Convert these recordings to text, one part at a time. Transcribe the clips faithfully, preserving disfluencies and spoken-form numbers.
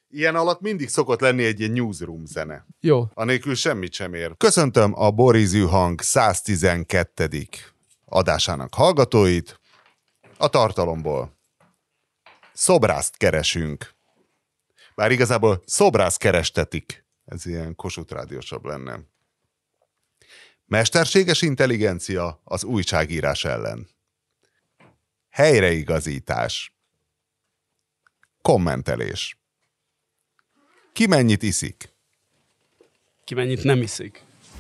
Ilyen alatt mindig szokott lenni egy ilyen newsroom zene. Jó. Anélkül semmit sem ér. Köszöntöm a Borízű Hang száztizenkettedik adásának hallgatóit. A tartalomból szobrászt keresünk. Bár igazából szobrászt kerestetik. Ez ilyen Kossuth rádiósabb lenne. Mesterséges intelligencia az újságírás ellen. Helyreigazítás. Kommentelés. Ki mennyit iszik? Ki mennyit nem iszik.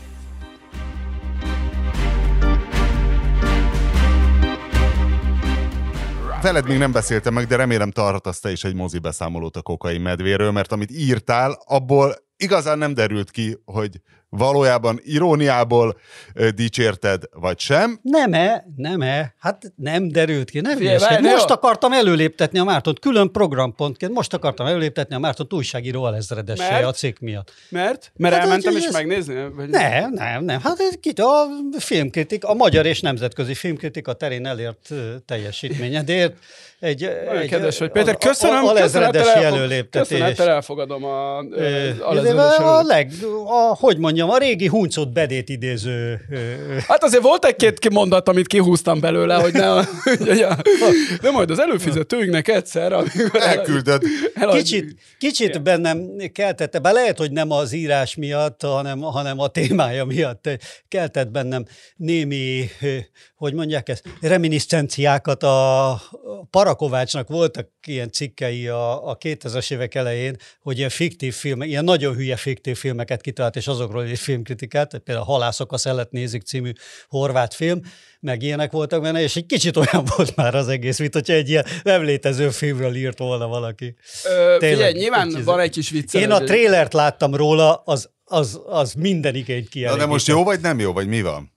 Veled még nem beszéltem meg, de remélem tartasz te is egy mozi beszámolót a kokain medvéről, mert amit írtál, abból igazán nem derült ki, hogy valójában iróniából ö, dicsérted, vagy sem. Nem-e, nem-e, hát nem derült ki. Nem Figyelj, Figyelj, most jó. akartam előléptetni a Mártont, külön programpontként, most akartam előléptetni a Mártont újságíró alezredessel Mert? a cikk miatt. Mert? Mert Hát, elmentem hogy is ez- megnézni? Vagy... Nem, nem, nem. Hát ez kit a filmkritik, a magyar és nemzetközi filmkritika terén elért ö, teljesítményedért. Egy, egy Kedves vagy, Péter, a- köszönöm, a- alezredesi köszönettel elfog- előléptetés. köszönettel elfogadom a, Ö, az de alezredes a, előléptetést. leg, a, hogy mondjam, a régi huncot bedét idéző ö, Hát azért volt egy-két mondat, amit kihúztam belőle, hogy ne, hogy a, de majd az előfizetőinknek egyszer, amikor Elküldöd. eladjuk. Kicsit, kicsit bennem keltette, be lehet, hogy nem az írás miatt, hanem, hanem a témája miatt keltett bennem némi, ö, hogy mondják ezt, reminiscenciákat. A Parakovácsnak voltak ilyen cikkei a, a kétezres évek elején, hogy ilyen fiktív filmek, ilyen nagyon hülye fiktív filmeket kitalált, és azokról is filmkritikát, például a Halászok a szelet nézik című horvát film, meg ilyenek voltak benne, és egy kicsit olyan volt már az egész, mint hogyha egy ilyen nem létező filmről írt volna valaki. Ö, Tényleg, figyelj, nyilván kicsit- van egy kis viccelődés. Én a trélert láttam róla, az, az, az minden igényt Na kielégít. de most jó vagy nem jó, vagy mi van?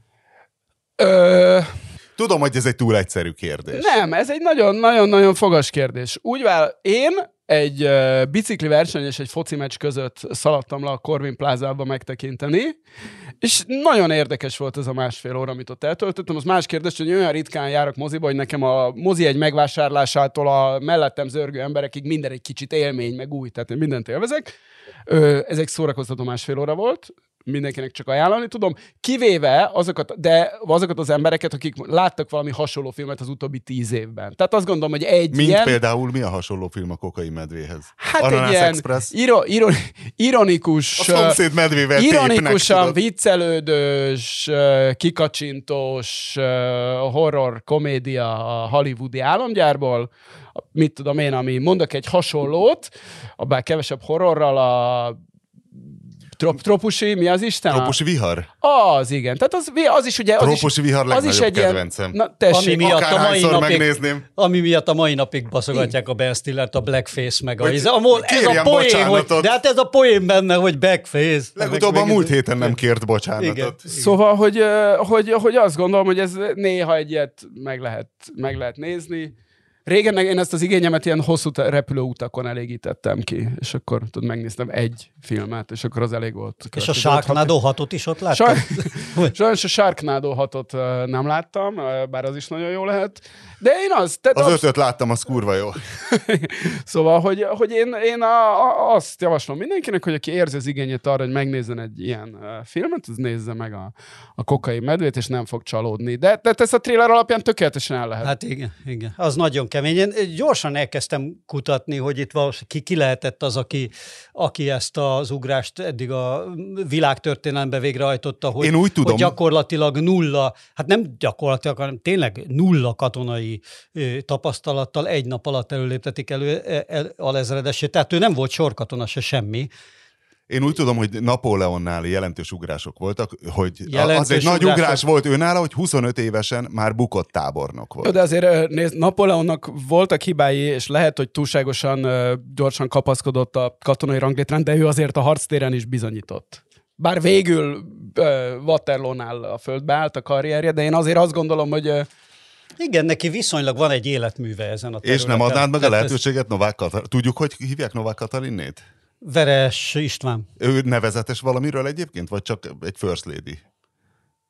Ö, Tudom, hogy ez egy túl egyszerű kérdés. nem, ez egy nagyon-nagyon-nagyon fogas kérdés. Úgy vál, én egy uh, bicikli verseny és egy foci meccs között szaladtam le a Corvin Plázába megtekinteni, és nagyon érdekes volt ez a másfél óra, amit ott eltöltöttem. Az más kérdés, hogy olyan ritkán járok moziba, hogy nekem a mozi egy megvásárlásától a mellettem zörgő emberekig minden egy kicsit élmény, meg új, tehát én mindent élvezek. Ö, ez egy szórakoztató másfél óra volt, mindenkinek csak ajánlani tudom, kivéve azokat, de azokat az embereket, akik láttak valami hasonló filmet az utóbbi tíz évben. Tehát azt gondolom, hogy egy Mint ilyen... például mi a hasonló film a kokain medvéhez? Hát Ananász egy ilyen Express? iro, iro, ironikus, A szomszéd medvével ironikusan tépnek, viccelődős, ö, kikacsintós ö, horror komédia a hollywoodi álomgyárból, mit tudom én, ami mondok egy hasonlót, abban kevesebb horrorral a Trop, tropusi, mi az Isten? Trópusi vihar? Az, igen. Tehát az, az is ugye... Az Trópusi is, vihar az is legnagyobb egy kedvencem. Ilyen, na, tessék. Ami miatt a mai Akárhányszor napig, megnézném. ami miatt a mai napig baszogatják a Ben Stillert, a Blackface meg a... Hogy Ez a, mo- ez a kérjen poén, hogy, bocsánatot. de hát ez a poén benne, hogy Blackface. Legutóbb Meg- a meg- múlt héten nem kért bocsánatot. Igen. Szóval, hogy, ö, hogy, hogy azt gondolom, hogy ez néha egy ilyet meg lehet, meg lehet nézni. Régen én ezt az igényemet ilyen hosszú te- repülőutakon elégítettem ki, és akkor tudod, megnéztem egy filmet, és akkor az elég volt. És a Sharknado hatot is ott láttad? Saj- Sajnos a Sharknado hatot ö, nem láttam, ö, bár az is nagyon jó lehet. De én az... Tehát Az absz- ötöt láttam, az kurva jó. Szóval, hogy, hogy én, én a, a, azt javaslom mindenkinek, hogy aki érzi az igényét arra, hogy megnézzen egy ilyen uh, filmet, az nézze meg a, a kokain medvét, és nem fog csalódni. De, de ezt a trailer alapján tökéletesen el lehet. Hát igen, igen. Az nagyon kemény. Én gyorsan elkezdtem kutatni, hogy itt valószínűleg ki, ki lehetett az, aki, aki ezt az ugrást eddig a világtörténelembe végrehajtotta, hogy, Én úgy tudom. hogy gyakorlatilag nulla, hát nem gyakorlatilag, hanem tényleg nulla katonai ö, tapasztalattal egy nap alatt előléptetik elő el, alezredessé. Tehát ő nem volt sorkatona se semmi. Én úgy tudom, hogy Napóleonnál jelentős ugrások voltak, hogy Jelentős az egy nagy ugrások. ugrás volt őnála, hogy huszonöt évesen már bukott tábornok Jó, volt. de azért ö, nézd, Napóleonnak voltak hibái, és lehet, hogy túlságosan ö, gyorsan kapaszkodott a katonai ranglétrán, de ő azért a harctéren is bizonyított. Bár végül ö, Waterloo-nál a földbe állt a karrierje, de én azért azt gondolom, hogy ö, Igen, neki viszonylag van egy életműve ezen a területen. És nem adnád meg a Tehát ez lehetőséget Novák Katalin? Tudjuk, hogy hívják Novák Katalinnét? Veres István. Ő nevezetes valamiről egyébként, vagy csak egy first lady?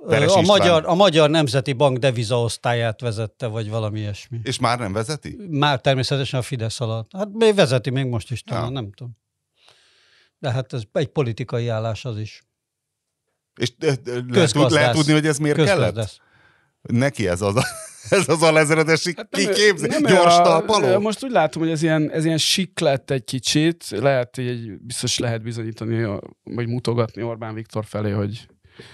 A magyar, a Magyar Nemzeti Bank devizaosztályát vezette, vagy valami ilyesmi. És már nem vezeti? Már természetesen a Fidesz alatt. Hát még vezeti, még most is talán, ja. nem tudom. De hát ez egy politikai állás az is. És lehet, lehet tudni, hogy ez miért kellett? Neki ez az a, ez az alezredesi hát kiképzés, gyors talpaló? Most úgy látom, hogy ez ilyen, ez ilyen sik lett egy kicsit. Lehet, hogy egy, biztos lehet bizonyítani, vagy mutogatni Orbán Viktor felé, hogy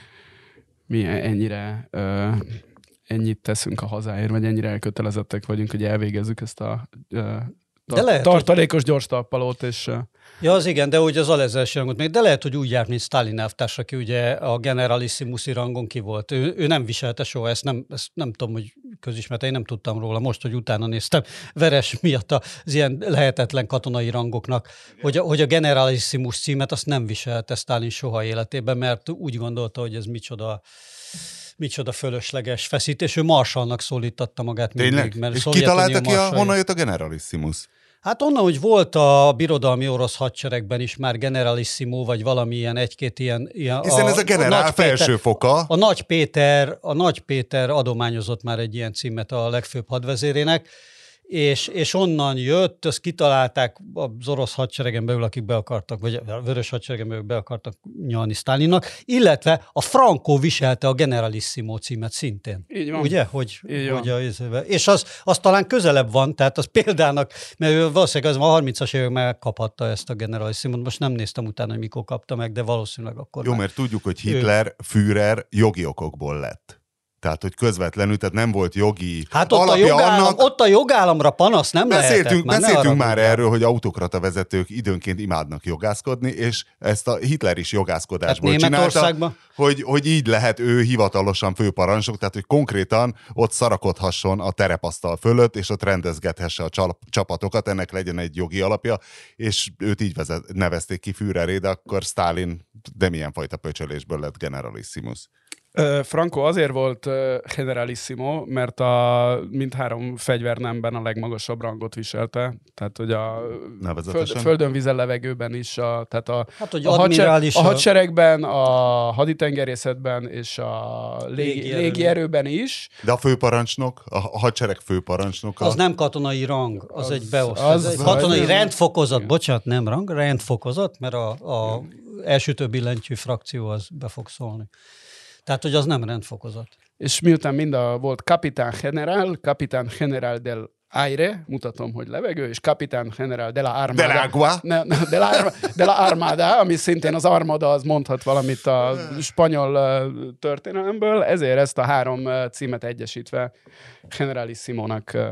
mi ennyire uh, ennyit teszünk a hazáért, vagy ennyire elkötelezettek vagyunk, hogy elvégezzük ezt a uh, tar- lehet, tartalékos gyors talpalót, és... Uh, ja, az igen, de úgy az alezredes rangot még, de lehet, hogy úgy járt, mint Sztálin elvtárs, aki ugye a generalissimusi rangon ki volt. Ő, ő nem viselte soha, ezt nem, ezt nem tudom, hogy közismert, én nem tudtam róla, most, hogy utána néztem, Veres miatt az ilyen lehetetlen katonai rangoknak, hogy a, hogy a generalissimus címet azt nem viselte Sztálin soha életében, mert úgy gondolta, hogy ez micsoda micsoda fölösleges feszítés. Ő marsalnak szólítatta magát mindig. Mert és ki találta ki, a, honnan jött a generalissimus? Hát onnan, hogy volt a birodalmi orosz hadseregben is már generalissimo, vagy valami ilyen egy-két ilyen... ilyen Hiszen a, ez a generál a felsőfoka. A Nagy Péter, a Nagy Péter adományozott már egy ilyen címet a legfőbb hadvezérének, és, és onnan jött, azt kitalálták az orosz hadseregen belül, akik be akartak, vagy a vörös hadseregen belül be akartak nyalni Sztálinnak, illetve a Franco viselte a generalissimo címet szintén. Így van. Ugye? Hogy, hogy a, és az, az talán közelebb van, tehát az példának, mert ő valószínűleg az a harmincas években megkaphatta ezt a generalissimot, most nem néztem utána, hogy mikor kapta meg, de valószínűleg akkor Jó, mert tudjuk, hogy Hitler, ő... Führer jogi okokból lett. Tehát, hogy közvetlenül, tehát nem volt jogi hát ott alapja a jogállam, annak... ott a jogállamra panasz nem beszéltünk, lehetett. Már beszéltünk már erről, hogy autokrata vezetők időnként imádnak jogászkodni, és ezt a Hitler is jogászkodásból hát csinálta, hogy, hogy így lehet ő hivatalosan főparancsnok, tehát, hogy konkrétan ott szarakodhasson a terepasztal fölött, és ott rendezgethesse a csapatokat, ennek legyen egy jogi alapja, és őt így vezet, nevezték ki Führerré, de akkor Sztálin de milyen fajta pöcsölésből lett generalissimus. Franco azért volt generalissimo, mert a mindhárom fegyvernemben a legmagasabb rangot viselte, tehát hogy a föld, földön, vízen, levegőben is, a, tehát a, hát, a, hadser, a hadseregben, a haditengerészetben és a légi, légierőben is. De a főparancsnok, a hadsereg főparancsnoka... Az nem katonai rang, az, az egy beosztás. Az, az egy katonai az rendfokozat, igen. Bocsánat, nem rang, rendfokozat, mert a, a elsütő billentyű frakció az be fog szólni. Tehát, hogy az nem rendfokozat. És miután mind a volt Capitán General, Capitán General del Aire, mutatom, hogy levegő, és Capitán General de la Armada. De la Agua. Ne, ne, de, la, de la Armada, ami szintén az Armada, az mondhat valamit a spanyol uh, történelemből, ezért ezt a három uh, címet egyesítve Generalissimónak uh,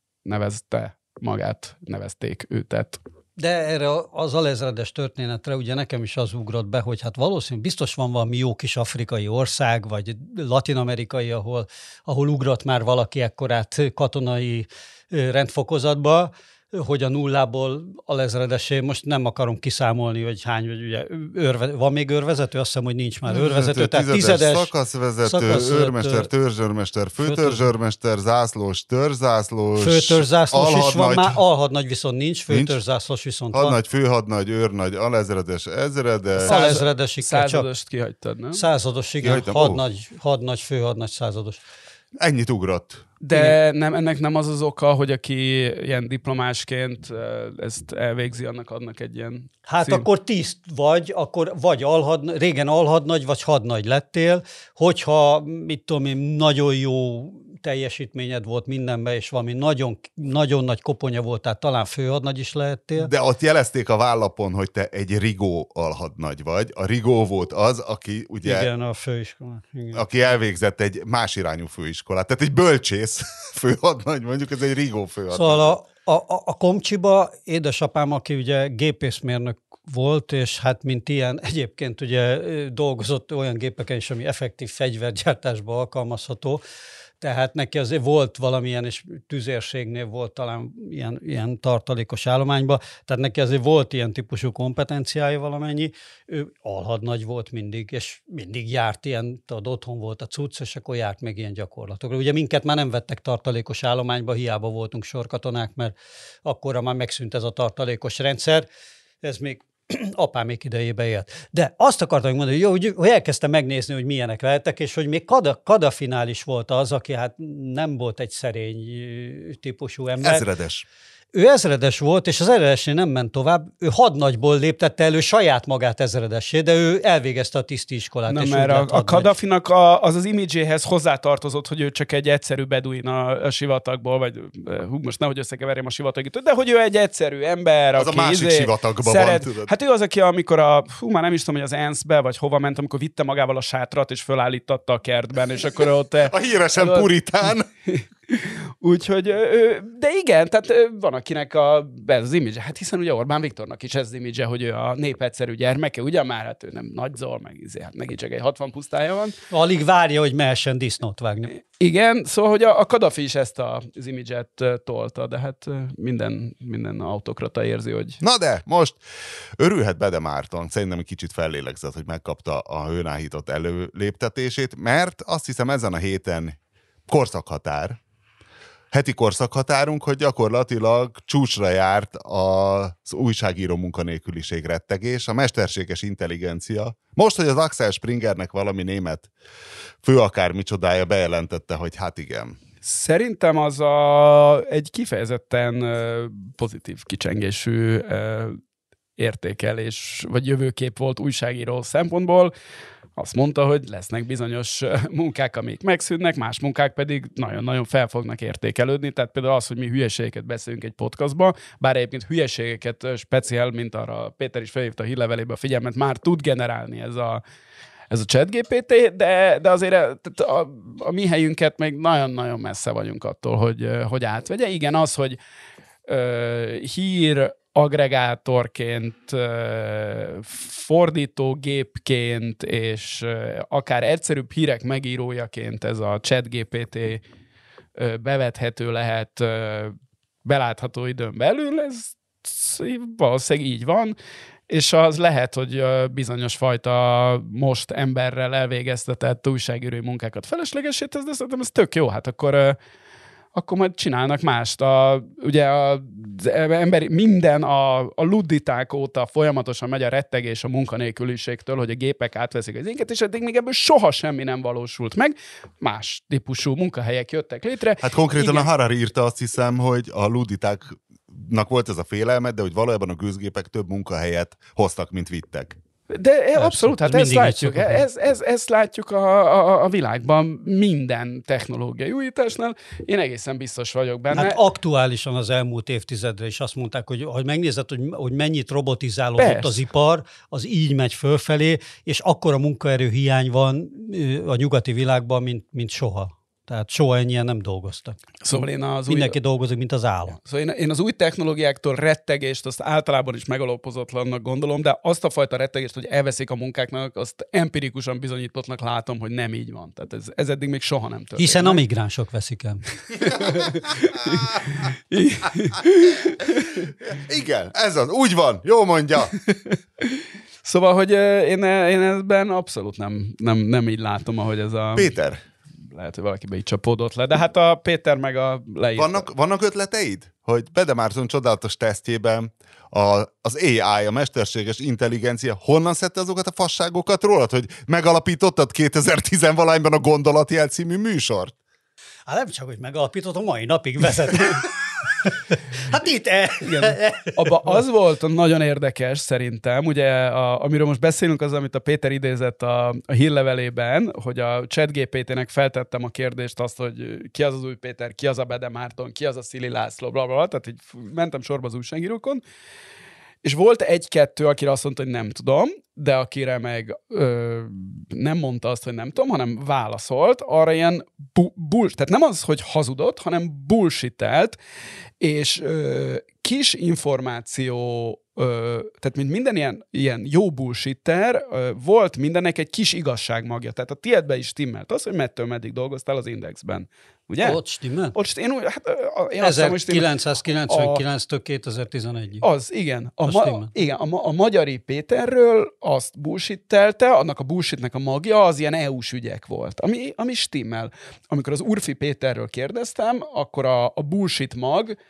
nevezte magát, nevezték őtet. De erre az alezredes történetre ugye nekem is az ugrott be, hogy hát valószínűleg biztos van valami jó kis afrikai ország, vagy latin-amerikai, ahol, ahol ugrott már valaki ekkorát katonai rendfokozatba, hogy a nullából alezredessé, most nem akarom kiszámolni, hogy hány, vagy ugye őrve, van még őrvezető, azt hiszem, hogy nincs már őrvezető, tehát tizedes, szakaszvezető, szakaszvezető, őrmester, törzsőrmester, főtörzsőrmester, zászlós, törzszászlós, főtörzszászlós is van, már alhadnagy viszont nincs, főtörzszászlós viszont van. Hadnagy, főhadnagy, őrnagy, alezredes, ezredes. Alezredesig kell csak. Századost kihagytad, nem? Százados, igen, hadnagy, hadnagy, főhadnagy, százados. Ennyit ugrott. De nem, ennek nem az az oka, hogy aki ilyen diplomásként ezt elvégzi, annak adnak egy ilyen Hát cím. Akkor tiszt vagy, akkor vagy alhadnagy, régen alhadnagy, vagy hadnagy lettél, hogyha, mit tudom én, nagyon jó teljesítményed volt mindenben, és valami nagyon, nagyon nagy koponya volt, tehát talán főhadnagy is lehettél. De ott jelezték a vállapon, hogy te egy rigó alhadnagy vagy. A rigó volt az, aki ugye... Igen, a főiskolán. Igen. Aki elvégzett egy más irányú főiskolát. Tehát egy bölcsész főhadnagy, mondjuk ez egy rigó főhadnagy. Szóval a, a, a Komcsiba édesapám, aki ugye gépészmérnök volt, és hát mint ilyen egyébként ugye dolgozott olyan gépeken is, ami effektív fegyvergyártásba alkalmazható, tehát neki azért volt valamilyen, és tüzérségnél volt talán ilyen, ilyen tartalékos állományban, tehát neki azért volt ilyen típusú kompetenciája valamennyi, ő alhadnagy volt mindig, és mindig járt ilyen, tudod, otthon volt a cucc, és akkor járt meg ilyen gyakorlatokra. Ugye minket már nem vettek tartalékos állományba, hiába voltunk sorkatonák, mert akkorra már megszűnt ez a tartalékos rendszer. Ez még apámék idejében élt. De azt akartam mondani, hogy, jó, hogy, hogy elkezdtem megnézni, hogy milyenek lehettek, és hogy még Kada, Kadafinál is volt az, aki hát nem volt egy szerény típusú ember. Ezredes. Ő ezredes volt, és az ezredesnél nem ment tovább. Ő hadnagyból léptette elő saját magát ezredessé, de ő elvégezte a tisztiskolát. Na, mert a, a Kadhafinak a, az az imidzséhez hozzátartozott, hogy ő csak egy egyszerű beduin a, a sivatagból, vagy hú, most nehogy összekeverjem a sivatagit, de hogy ő egy egyszerű ember, az aki a másik izé sivatagban szeret, van, tudod. Hát ő az, aki amikor a, hú, már nem is tudom, hogy az ENSZ-be, vagy hova ment, amikor vitte magával a sátrat, és fölállítatta a kertben, és akkor ott... A híresen az, puritán. Úgyhogy, de igen, tehát van akinek a, ez az image, hát hiszen ugye Orbán Viktornak is ez az image, hogy ő a nép egyszerű gyermeke, ugye már hát ő nem nagyzol, meg izé, hát neki csak egy hatvan pusztája van. Alig várja, hogy mehessen disznót vágni. Igen, szóval, hogy a, a Kadhafi is ezt az image-et tolta, de hát minden, minden autokrata érzi, hogy... Na de, most örülhet Bede Márton, szerintem egy kicsit fellélegzett, hogy megkapta a hőnáhított előléptetését, mert azt hiszem ezen a héten korszakhatár, heti korszakhatárunk, hogy gyakorlatilag csúcsra járt az újságíró munkanélküliség rettegés, a mesterséges intelligencia. Most, hogy az Axel Springernek valami német fő akármicsodája bejelentette, hogy hát igen. Szerintem az a, egy kifejezetten pozitív kicsengésű értékelés, vagy jövőkép volt újságíró szempontból. Azt mondta, hogy lesznek bizonyos munkák, amik megszűnnek, más munkák pedig nagyon-nagyon fel fognak értékelődni. Tehát például az, hogy mi hülyeségeket beszélünk egy podcastba, bár egyébként hülyeségeket speciál, mint arra Péter is felhívta a hírlevelébe a figyelmet, már tud generálni ez a, ez a ChatGPT, de, de azért a, a, a mi helyünket még nagyon-nagyon messze vagyunk attól, hogy, hogy átvegye. Igen, az, hogy ö, hír aggregátorként, fordítógépként, és akár egyszerűbb hírek megírójaként ez a ChatGPT bevethető lehet belátható időn belül, ez valószínűleg így van, és az lehet, hogy bizonyos fajta most emberrel elvégeztetett újságírói munkákat feleslegesé tesz, de szerintem ez tök jó, hát akkor akkor majd csinálnak mást. A, ugye az emberi, minden a, a ludditák óta folyamatosan megy a rettegés a munkanélküliségtől, hogy a gépek átveszik az énket, és eddig még ebből soha semmi nem valósult meg. Más típusú munkahelyek jöttek létre. Hát konkrétan igen. A Harari írta, azt hiszem, hogy a ludditáknak volt ez a félelme, de hogy valójában a gőzgépek több munkahelyet hoztak, mint vittek. De persze, abszolút, hát ezt látjuk. Ez, ez, ezt látjuk a, a, a világban minden technológiai újításnál. Én egészen biztos vagyok benne. Hát aktuálisan az elmúlt évtizedre is azt mondták, hogy ha megnézed, hogy, hogy mennyit robotizálódott Persze. az ipar, az így megy fölfelé, és akkora munkaerő hiány van a nyugati világban, mint, mint soha. Tehát soha ennyien nem dolgoztak. Szóval én az Mindenki új... dolgozik, mint az állam. Szóval én, én az új technológiáktól rettegést, azt általában is megalapozatlannak gondolom, de azt a fajta rettegést, hogy elveszik a munkáknak, azt empirikusan bizonyítottnak látom, hogy nem így van. Tehát ez, ez eddig még soha nem történt. Hiszen a migránsok veszik el. Igen, ez az. Úgy van. Jó mondja. Szóval, hogy én, én ebben abszolút nem, nem, nem így látom, ahogy ez a... Péter. Lehet, hogy valakibe így csapódott le, de hát a Péter meg a leírta. Vannak, vannak ötleteid? Hogy Bede Márton csodálatos tesztjében a, az á i, a mesterséges intelligencia honnan szedte azokat a fasságokat rólad, hogy megalapítottad kétezer-tíz-valahányban a Gondolatjel című műsort? Hát nem csak, hogy megalapítottam, mai napig vezetem. Hát itt... E... Igen. Abba az volt nagyon érdekes szerintem, ugye a, amiről most beszélünk, az, amit a Péter idézett a, a hírlevelében, hogy a ChatGPT-nek feltettem a kérdést azt, hogy ki az az új Péter, ki az a Bede Márton, ki az a Szili László, bla, bla, bla, tehát így mentem sorba az újságírókon, és volt egy-kettő, akire azt mondta, hogy nem tudom, de akire meg ö, nem mondta azt, hogy nem tudom, hanem válaszolt, arra ilyen bu- bull, tehát nem az, hogy hazudott, hanem bullshitelt, és ö, kis információ, ö, tehát mint minden ilyen, ilyen jó bullshitter, ö, volt mindennek egy kis igazság magja. Tehát a tiédben is stimmelt az, hogy mettől meddig dolgoztál az Indexben. Ugye? Ott stimmel? Ott én úgy, hát, én ezerkilencszázkilencvenkilenctől kétezer-tizenegyig. Az, igen. A, ma, igen, a, ma, a magyari Péterről azt bullshittelte, annak a bullshitnek a magja az ilyen é u-s ügyek volt, ami, ami stimmel. Amikor az Urfi Péterről kérdeztem, akkor a, a bullshit mag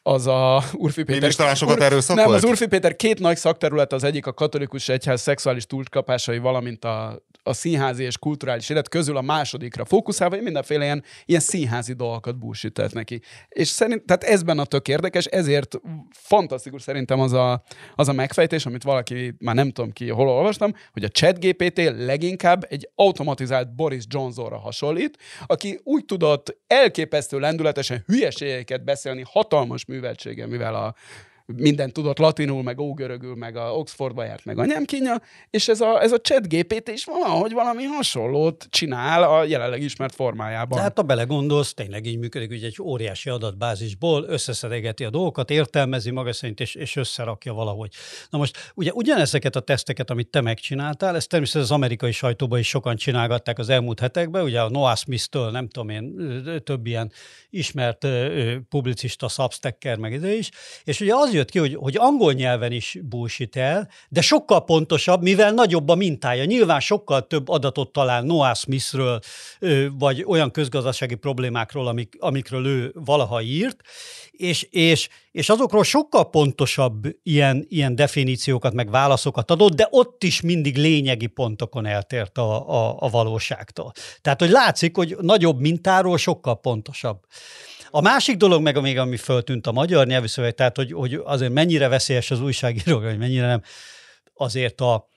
az a Urfi Péter... Én is talán sokat erőszakolt? Nem, az Urfi Péter két nagy szakterület, az egyik a katolikus egyház szexuális túlkapásai, valamint a, a színházi és kulturális élet közül a másodikra fókuszálva, mindenféle ilyen, ilyen színházi dolgokat bullshitelt neki. És szerint, tehát ez benne a tök érdekes, ezért fantasztikus szerintem az a, az a megfejtés, amit valaki, már nem tudom ki, hol olvastam, hogy a ChatGPT leginkább egy automatizált Boris Johnsonra hasonlít, aki úgy tudott elképesztő lendületesen hülyeségeket beszélni hatalmas műveltséggel, mivel a mindent tudott latinul, meg ógörögül, meg a Oxfordba járt, meg anyám kínja, és ez a, ez a ChatGPT is valahogy valami hasonlót csinál a jelenleg ismert formájában. Tehát ha belegondolsz, tényleg így működik, hogy egy óriási adatbázisból összeszedegeti a dolgokat, értelmezi maga szerint, és, és összerakja valahogy. Na most ugye ugyanezeket a teszteket, amit te megcsináltál, ezt természetesen az amerikai sajtóban is sokan csinálgatták az elmúlt hetekben, ugye a Noah Smith-től, nem tudom én, több ilyen ismert ö, publicista, substacker, meg ide is, és ugye az jött ki, hogy, hogy angol nyelven is bullshit el, de sokkal pontosabb, mivel nagyobb a mintája. Nyilván sokkal több adatot talál Noah Smithről, vagy olyan közgazdasági problémákról, amik, amikről ő valaha írt, és, és, és azokról sokkal pontosabb ilyen, ilyen definíciókat, meg válaszokat adott, de ott is mindig lényegi pontokon eltért a, a, a valóságtól. Tehát, hogy látszik, hogy nagyobb mintáról sokkal pontosabb. A másik dolog meg, még ami föltűnt a magyar nyelvű szöveg, tehát hogy, hogy azért mennyire veszélyes az újságíró, hogy mennyire nem, azért a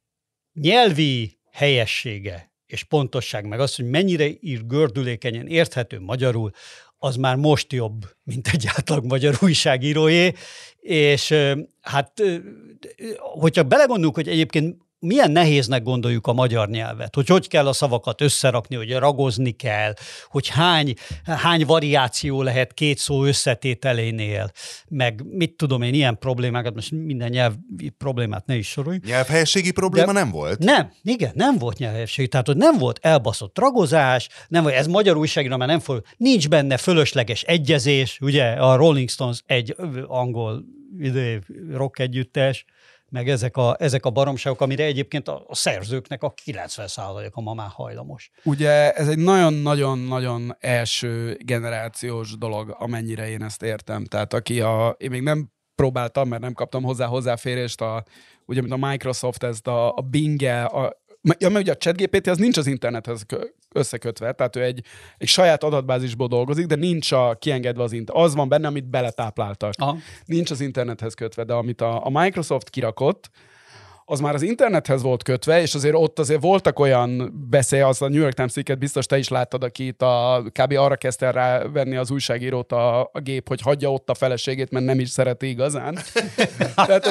nyelvi helyessége és pontosság, meg az, hogy mennyire ír gördülékenyen, érthető magyarul, az már most jobb, mint egy átlag magyar újságíróé, és hát, hogyha belegondolunk, hogy egyébként milyen nehéznek gondoljuk a magyar nyelvet, hogy hogy kell a szavakat összerakni, hogy ragozni kell, hogy hány, hány variáció lehet két szó összetételénél, meg mit tudom én, ilyen problémákat, most minden nyelv problémát ne is sorolj. Nyelvhelyességi probléma De nem volt? Nem, igen, nem volt nyelvhelyesség, tehát hogy nem volt elbaszott ragozás, nem volt, ez magyar újságíró, mert nem fog, nincs benne fölösleges egyezés, ugye a Rolling Stones egy angol ide, rock együttes, meg ezek a, ezek a baromságok, amire egyébként a, a szerzőknek a kilencven százaléka ma már hajlamos. Ugye ez egy nagyon-nagyon-nagyon első generációs dolog, amennyire én ezt értem. Tehát aki a, én még nem próbáltam, mert nem kaptam hozzá hozzáférést, a, ugye, mint a Microsoft, ezt a, a Bing-e, a, ja, mert ugye a ChatGPT az nincs az internethez összekötve, tehát ő egy, egy saját adatbázisból dolgozik, de nincs a, kiengedve az internet. Az van benne, amit beletápláltak. Aha. Nincs az internethez kötve, de amit a, a Microsoft kirakott, az már az internethez volt kötve, és azért ott azért voltak olyan beszél, az a New York Times cikket biztos te is láttad, aki itt a, kb. Arra kezdte rávenni az újságírót a, a gép, hogy hagyja ott a feleségét, mert nem is szereti igazán. Tehát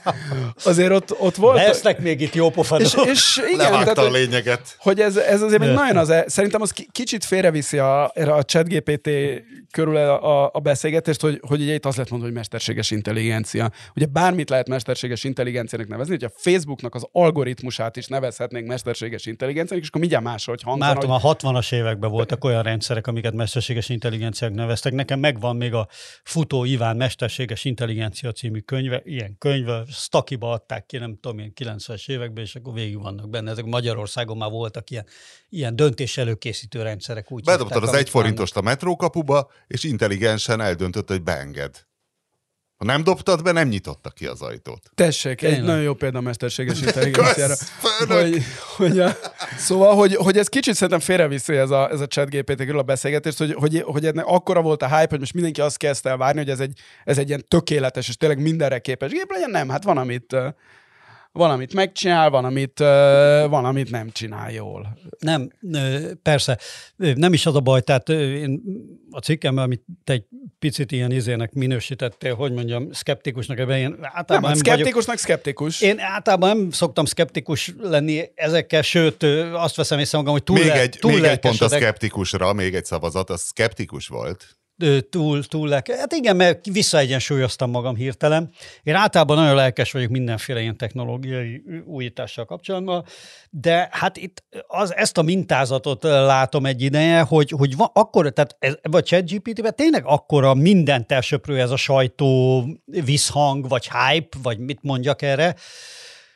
azért ott, ott volt... Lesznek még itt jó pofadok. És, és igen, levágta tehát, a lényeget. Hogy ez, ez azért még nagyon az... Szerintem az kicsit félreviszi a, a ChatGPT körül a, a, a beszélgetést, hogy, hogy ugye itt az lehet mondani, hogy mesterséges intelligencia. Ugye bármit lehet mesterséges intelligenciának nevezni, hogy a Facebooknak az algoritmusát is nevezhetnénk mesterséges intelligenciának, és akkor mindjárt máshogy hangzana. Mártom, hogy... a hatvanas években voltak olyan rendszerek, amiket mesterséges intelligenciák neveztek. Nekem megvan még a Futó Iván Mesterséges Intelligencia című könyve, ilyen könyve, Stakiba adták ki, nem tudom én, kilencvenes években, és akkor végig vannak benne. Ezek Magyarországon már voltak ilyen, ilyen döntés előkészítő rendszerek. Úgy bedobtad az egy forintost a metrókapuba, és intelligensen eldöntött, hogy beenged. Ha nem dobtad be, nem nyitotta ki az ajtót. Tessék, egy nagyon jó példa a mesterséges intelligenciára. hogy, hogy a, szóval, hogy, hogy ez kicsit szerintem félreviszi ez a, ez a ChatGPT körül a beszélgetést, hogy, hogy, hogy ennek akkora volt a hype, hogy most mindenki azt kezdte el várni, hogy ez egy, ez egy ilyen tökéletes és tényleg mindenre képes gép legyen. Nem, hát van, amit... Van, amit megcsinál, van, amit, van, amit nem csinál jól. Nem, persze. Nem is az a baj, tehát én a cikkemben, amit te egy picit ilyen izének minősítettél, hogy mondjam, szkeptikusnak, ebben én általában nem, nem szkeptikusnak vagyok, szkeptikus. Én általában nem szoktam szkeptikus lenni ezekkel, sőt, azt veszem észre magam, hogy túl Még le, egy, túl még egy pont a lelkesedek. szkeptikusra, még egy szavazat, az szkeptikus volt. Túl, túl lelke. Hát igen, mert visszaegyensúlyoztam magam hirtelen. Én általában nagyon lelkes vagyok mindenféle ilyen technológiai újítással kapcsolatban, de hát itt az, ezt a mintázatot látom egy ideje, hogy, hogy van, akkor, tehát ez, ebben a ChatGPT-ben tényleg akkora mindent elsöprő ez a sajtó visszhang, vagy hype, vagy mit mondjak erre,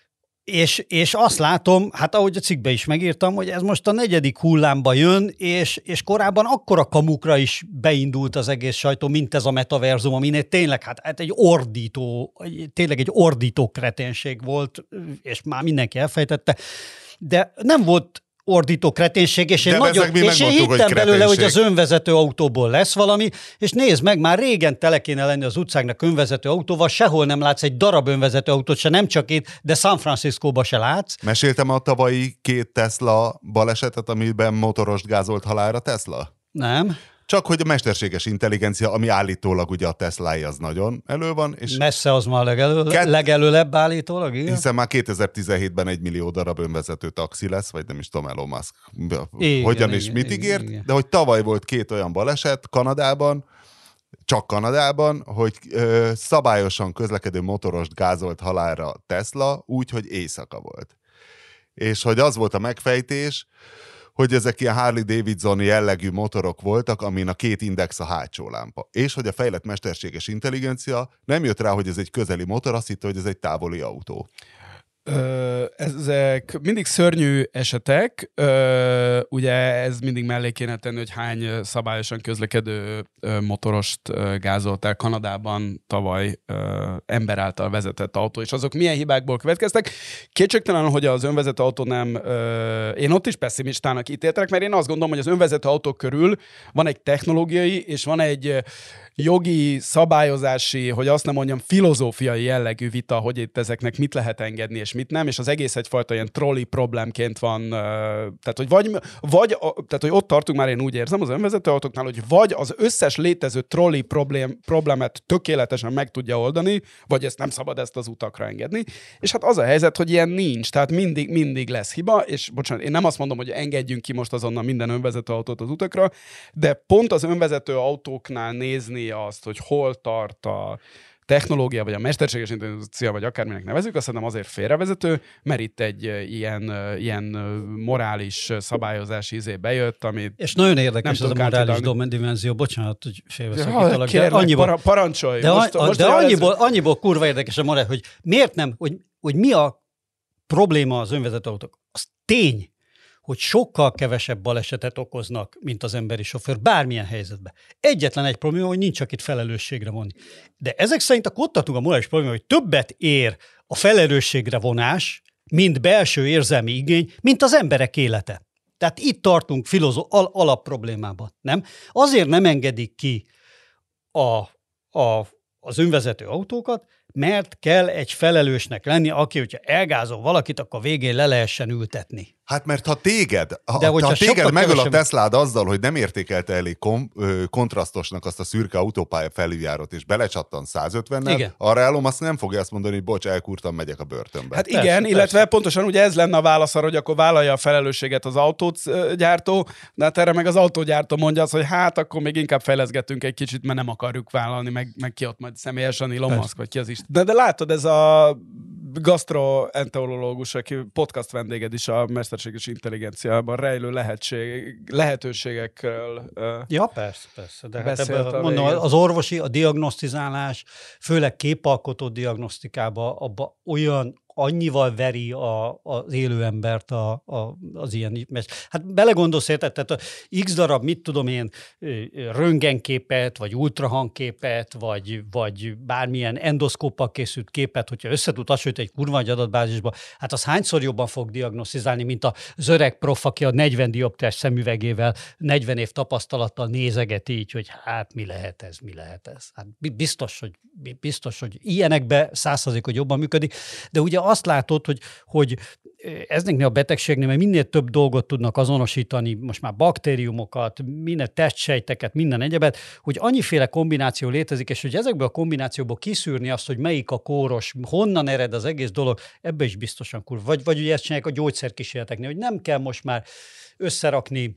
És, és azt látom, hát ahogy a cikkbe is megírtam, hogy ez most a negyedik hullámba jön, és, és korábban akkora kamukra is beindult az egész sajtó, mint ez a metaverzum, aminél tényleg hát, hát egy ordító, tényleg egy ordító kreténség volt, és már mindenki elfejtette, de nem volt ordító kreténség, és én, nagyon, és én hittem hogy belőle, hogy az önvezető autóból lesz valami, és nézd meg, már régen tele kéne lenni az utcáknak önvezető autóval, sehol nem látsz egy darab önvezető autót, se nem csak itt, de San Franciscóba se látsz. Meséltem a tavalyi két Tesla balesetet, amiben motorost gázolt halálra Tesla? Nem. Csak hogy a mesterséges intelligencia, ami állítólag ugye a Tesla-i, az nagyon elő van. És messze az már a legelő, Kett... legelőlebb állítólag, igen? Hiszen már kétezer-tizenhétben egy millió darab önvezető taxi lesz, vagy nem is tudom, Elon Musk igen, hogyan igen, és mit igen, ígért, igen. de hogy tavaly volt két olyan baleset Kanadában, csak Kanadában, hogy ö, szabályosan közlekedő motorost gázolt halálra Tesla, úgy, hogy éjszaka volt. És hogy az volt a megfejtés, hogy ezek ilyen Harley-Davidson jellegű motorok voltak, amin a két index a hátsó lámpa. És hogy a fejlett mesterséges intelligencia nem jött rá, hogy ez egy közeli motor, azt hitte, hogy ez egy távoli autó. Ö, ezek mindig szörnyű esetek, ö, ugye ez mindig mellé kéne tenni, hogy hány szabályosan közlekedő ö, motorost ö, gázoltál Kanadában tavaly ö, ember által vezetett autó, és azok milyen hibákból következtek. Kétségtelen, hogy az önvezető autó nem, ö, én ott is pessimistának ítéltek, mert én azt gondolom, hogy az önvezető autók körül van egy technológiai, és van egy jogi, szabályozási, hogy azt nem mondjam, filozófiai jellegű vita, hogy itt ezeknek mit lehet engedni, és mit nem, és az egész egyfajta ilyen trolli problémként van, tehát, hogy vagy, vagy tehát, hogy ott tartunk már, én úgy érzem az önvezető autóknál, hogy vagy az összes létező trolli problém, problémát tökéletesen meg tudja oldani, vagy ezt nem szabad ezt az utakra engedni, és hát az a helyzet, hogy ilyen nincs, tehát mindig, mindig lesz hiba, és bocsánat, én nem azt mondom, hogy engedjünk ki most azonnal minden önvezető autót az utakra, de pont az önvezető autóknál nézni azt, hogy hol tart a technológia, vagy a mesterséges intelligencia, vagy akárminek nevezzük, azt szerintem azért félrevezető, mert itt egy ilyen, ilyen morális szabályozási izé bejött, amit és nagyon érdekes ez a morális dimenzió, bocsánat, hogy félbeszakítalak, de annyiból, para, parancsolj! De, most, a, most de annyiból, annyiból kurva érdekes a morális, hogy miért nem, hogy, hogy mi a probléma az önvezető autók. Az tény, hogy sokkal kevesebb balesetet okoznak, mint az emberi sofőr, bármilyen helyzetben. Egyetlen egy probléma, hogy nincs akit felelősségre vonni. De ezek szerint akkor ott tartunk a morális probléma, hogy többet ér a felelősségre vonás, mint belső érzelmi igény, mint az emberek élete. Tehát itt tartunk filozó al- alapproblémában, nem? Azért nem engedik ki a, a, az önvezető autókat, mert kell egy felelősnek lenni, aki, hogyha elgázol valakit, akkor végén le lehessen ültetni. Hát mert ha téged, ha, De ha téged megöl kevesebb... a Teslád azzal, hogy nem értékelte elég kom, ö, kontrasztosnak azt a szürke autópálya felüljárót, és belecsattan százötvennel, igen. arra Elon azt nem fogja azt mondani, hogy bocs, elkurtam, megyek a börtönbe. Hát persze, igen, persze. illetve pontosan ugye ez lenne a válasz arra, hogy akkor vállalja a felelősséget az autógyártó, de hát erre meg az autógyártó mondja azt, hogy hát akkor még inkább fejleszgetünk egy kicsit, mert nem akarjuk vállalni, meg, meg ki ott majd személyesen Elon Musk, vagy ki az is. De, de látod, ez a gastroenterológus, aki podcast vendéged is a mesterséges intelligenciában rejlő lehetség, lehetőségekről. Ja, persze, persze. De hát ebben, mondom, végén. az orvosi, a diagnosztizálás, főleg képalkotó diagnosztikába, abba olyan annyival veri a, az élő embert a, a, az ilyen. Hát belegondolsz, érted, tehát a x darab, mit tudom én, röntgenképet, vagy ultrahangképet, vagy, vagy bármilyen endoszkóppal készült képet, hogyha össze tud hasonlítani egy kurva nagy adatbázisba, hát az hányszor jobban fog diagnosztizálni, mint az öreg prof, aki a negyven dioptrás szemüvegével, negyven év tapasztalattal nézeget így, hogy hát mi lehet ez, mi lehet ez. Hát biztos, hogy, biztos, hogy ilyenekbe száz százalék, hogy jobban működik, de ugye azt látod, hogy, hogy ezeknél a betegségnél, mert minél több dolgot tudnak azonosítani, most már baktériumokat, minden testsejteket, minden egyebet, hogy annyiféle kombináció létezik, és hogy ezekből a kombinációból kiszűrni azt, hogy melyik a kóros, honnan ered az egész dolog, ebbe is biztosan kurva. Vagy, vagy ugye ezt csinálják a gyógyszerkísérleteknél, hogy nem kell most már összerakni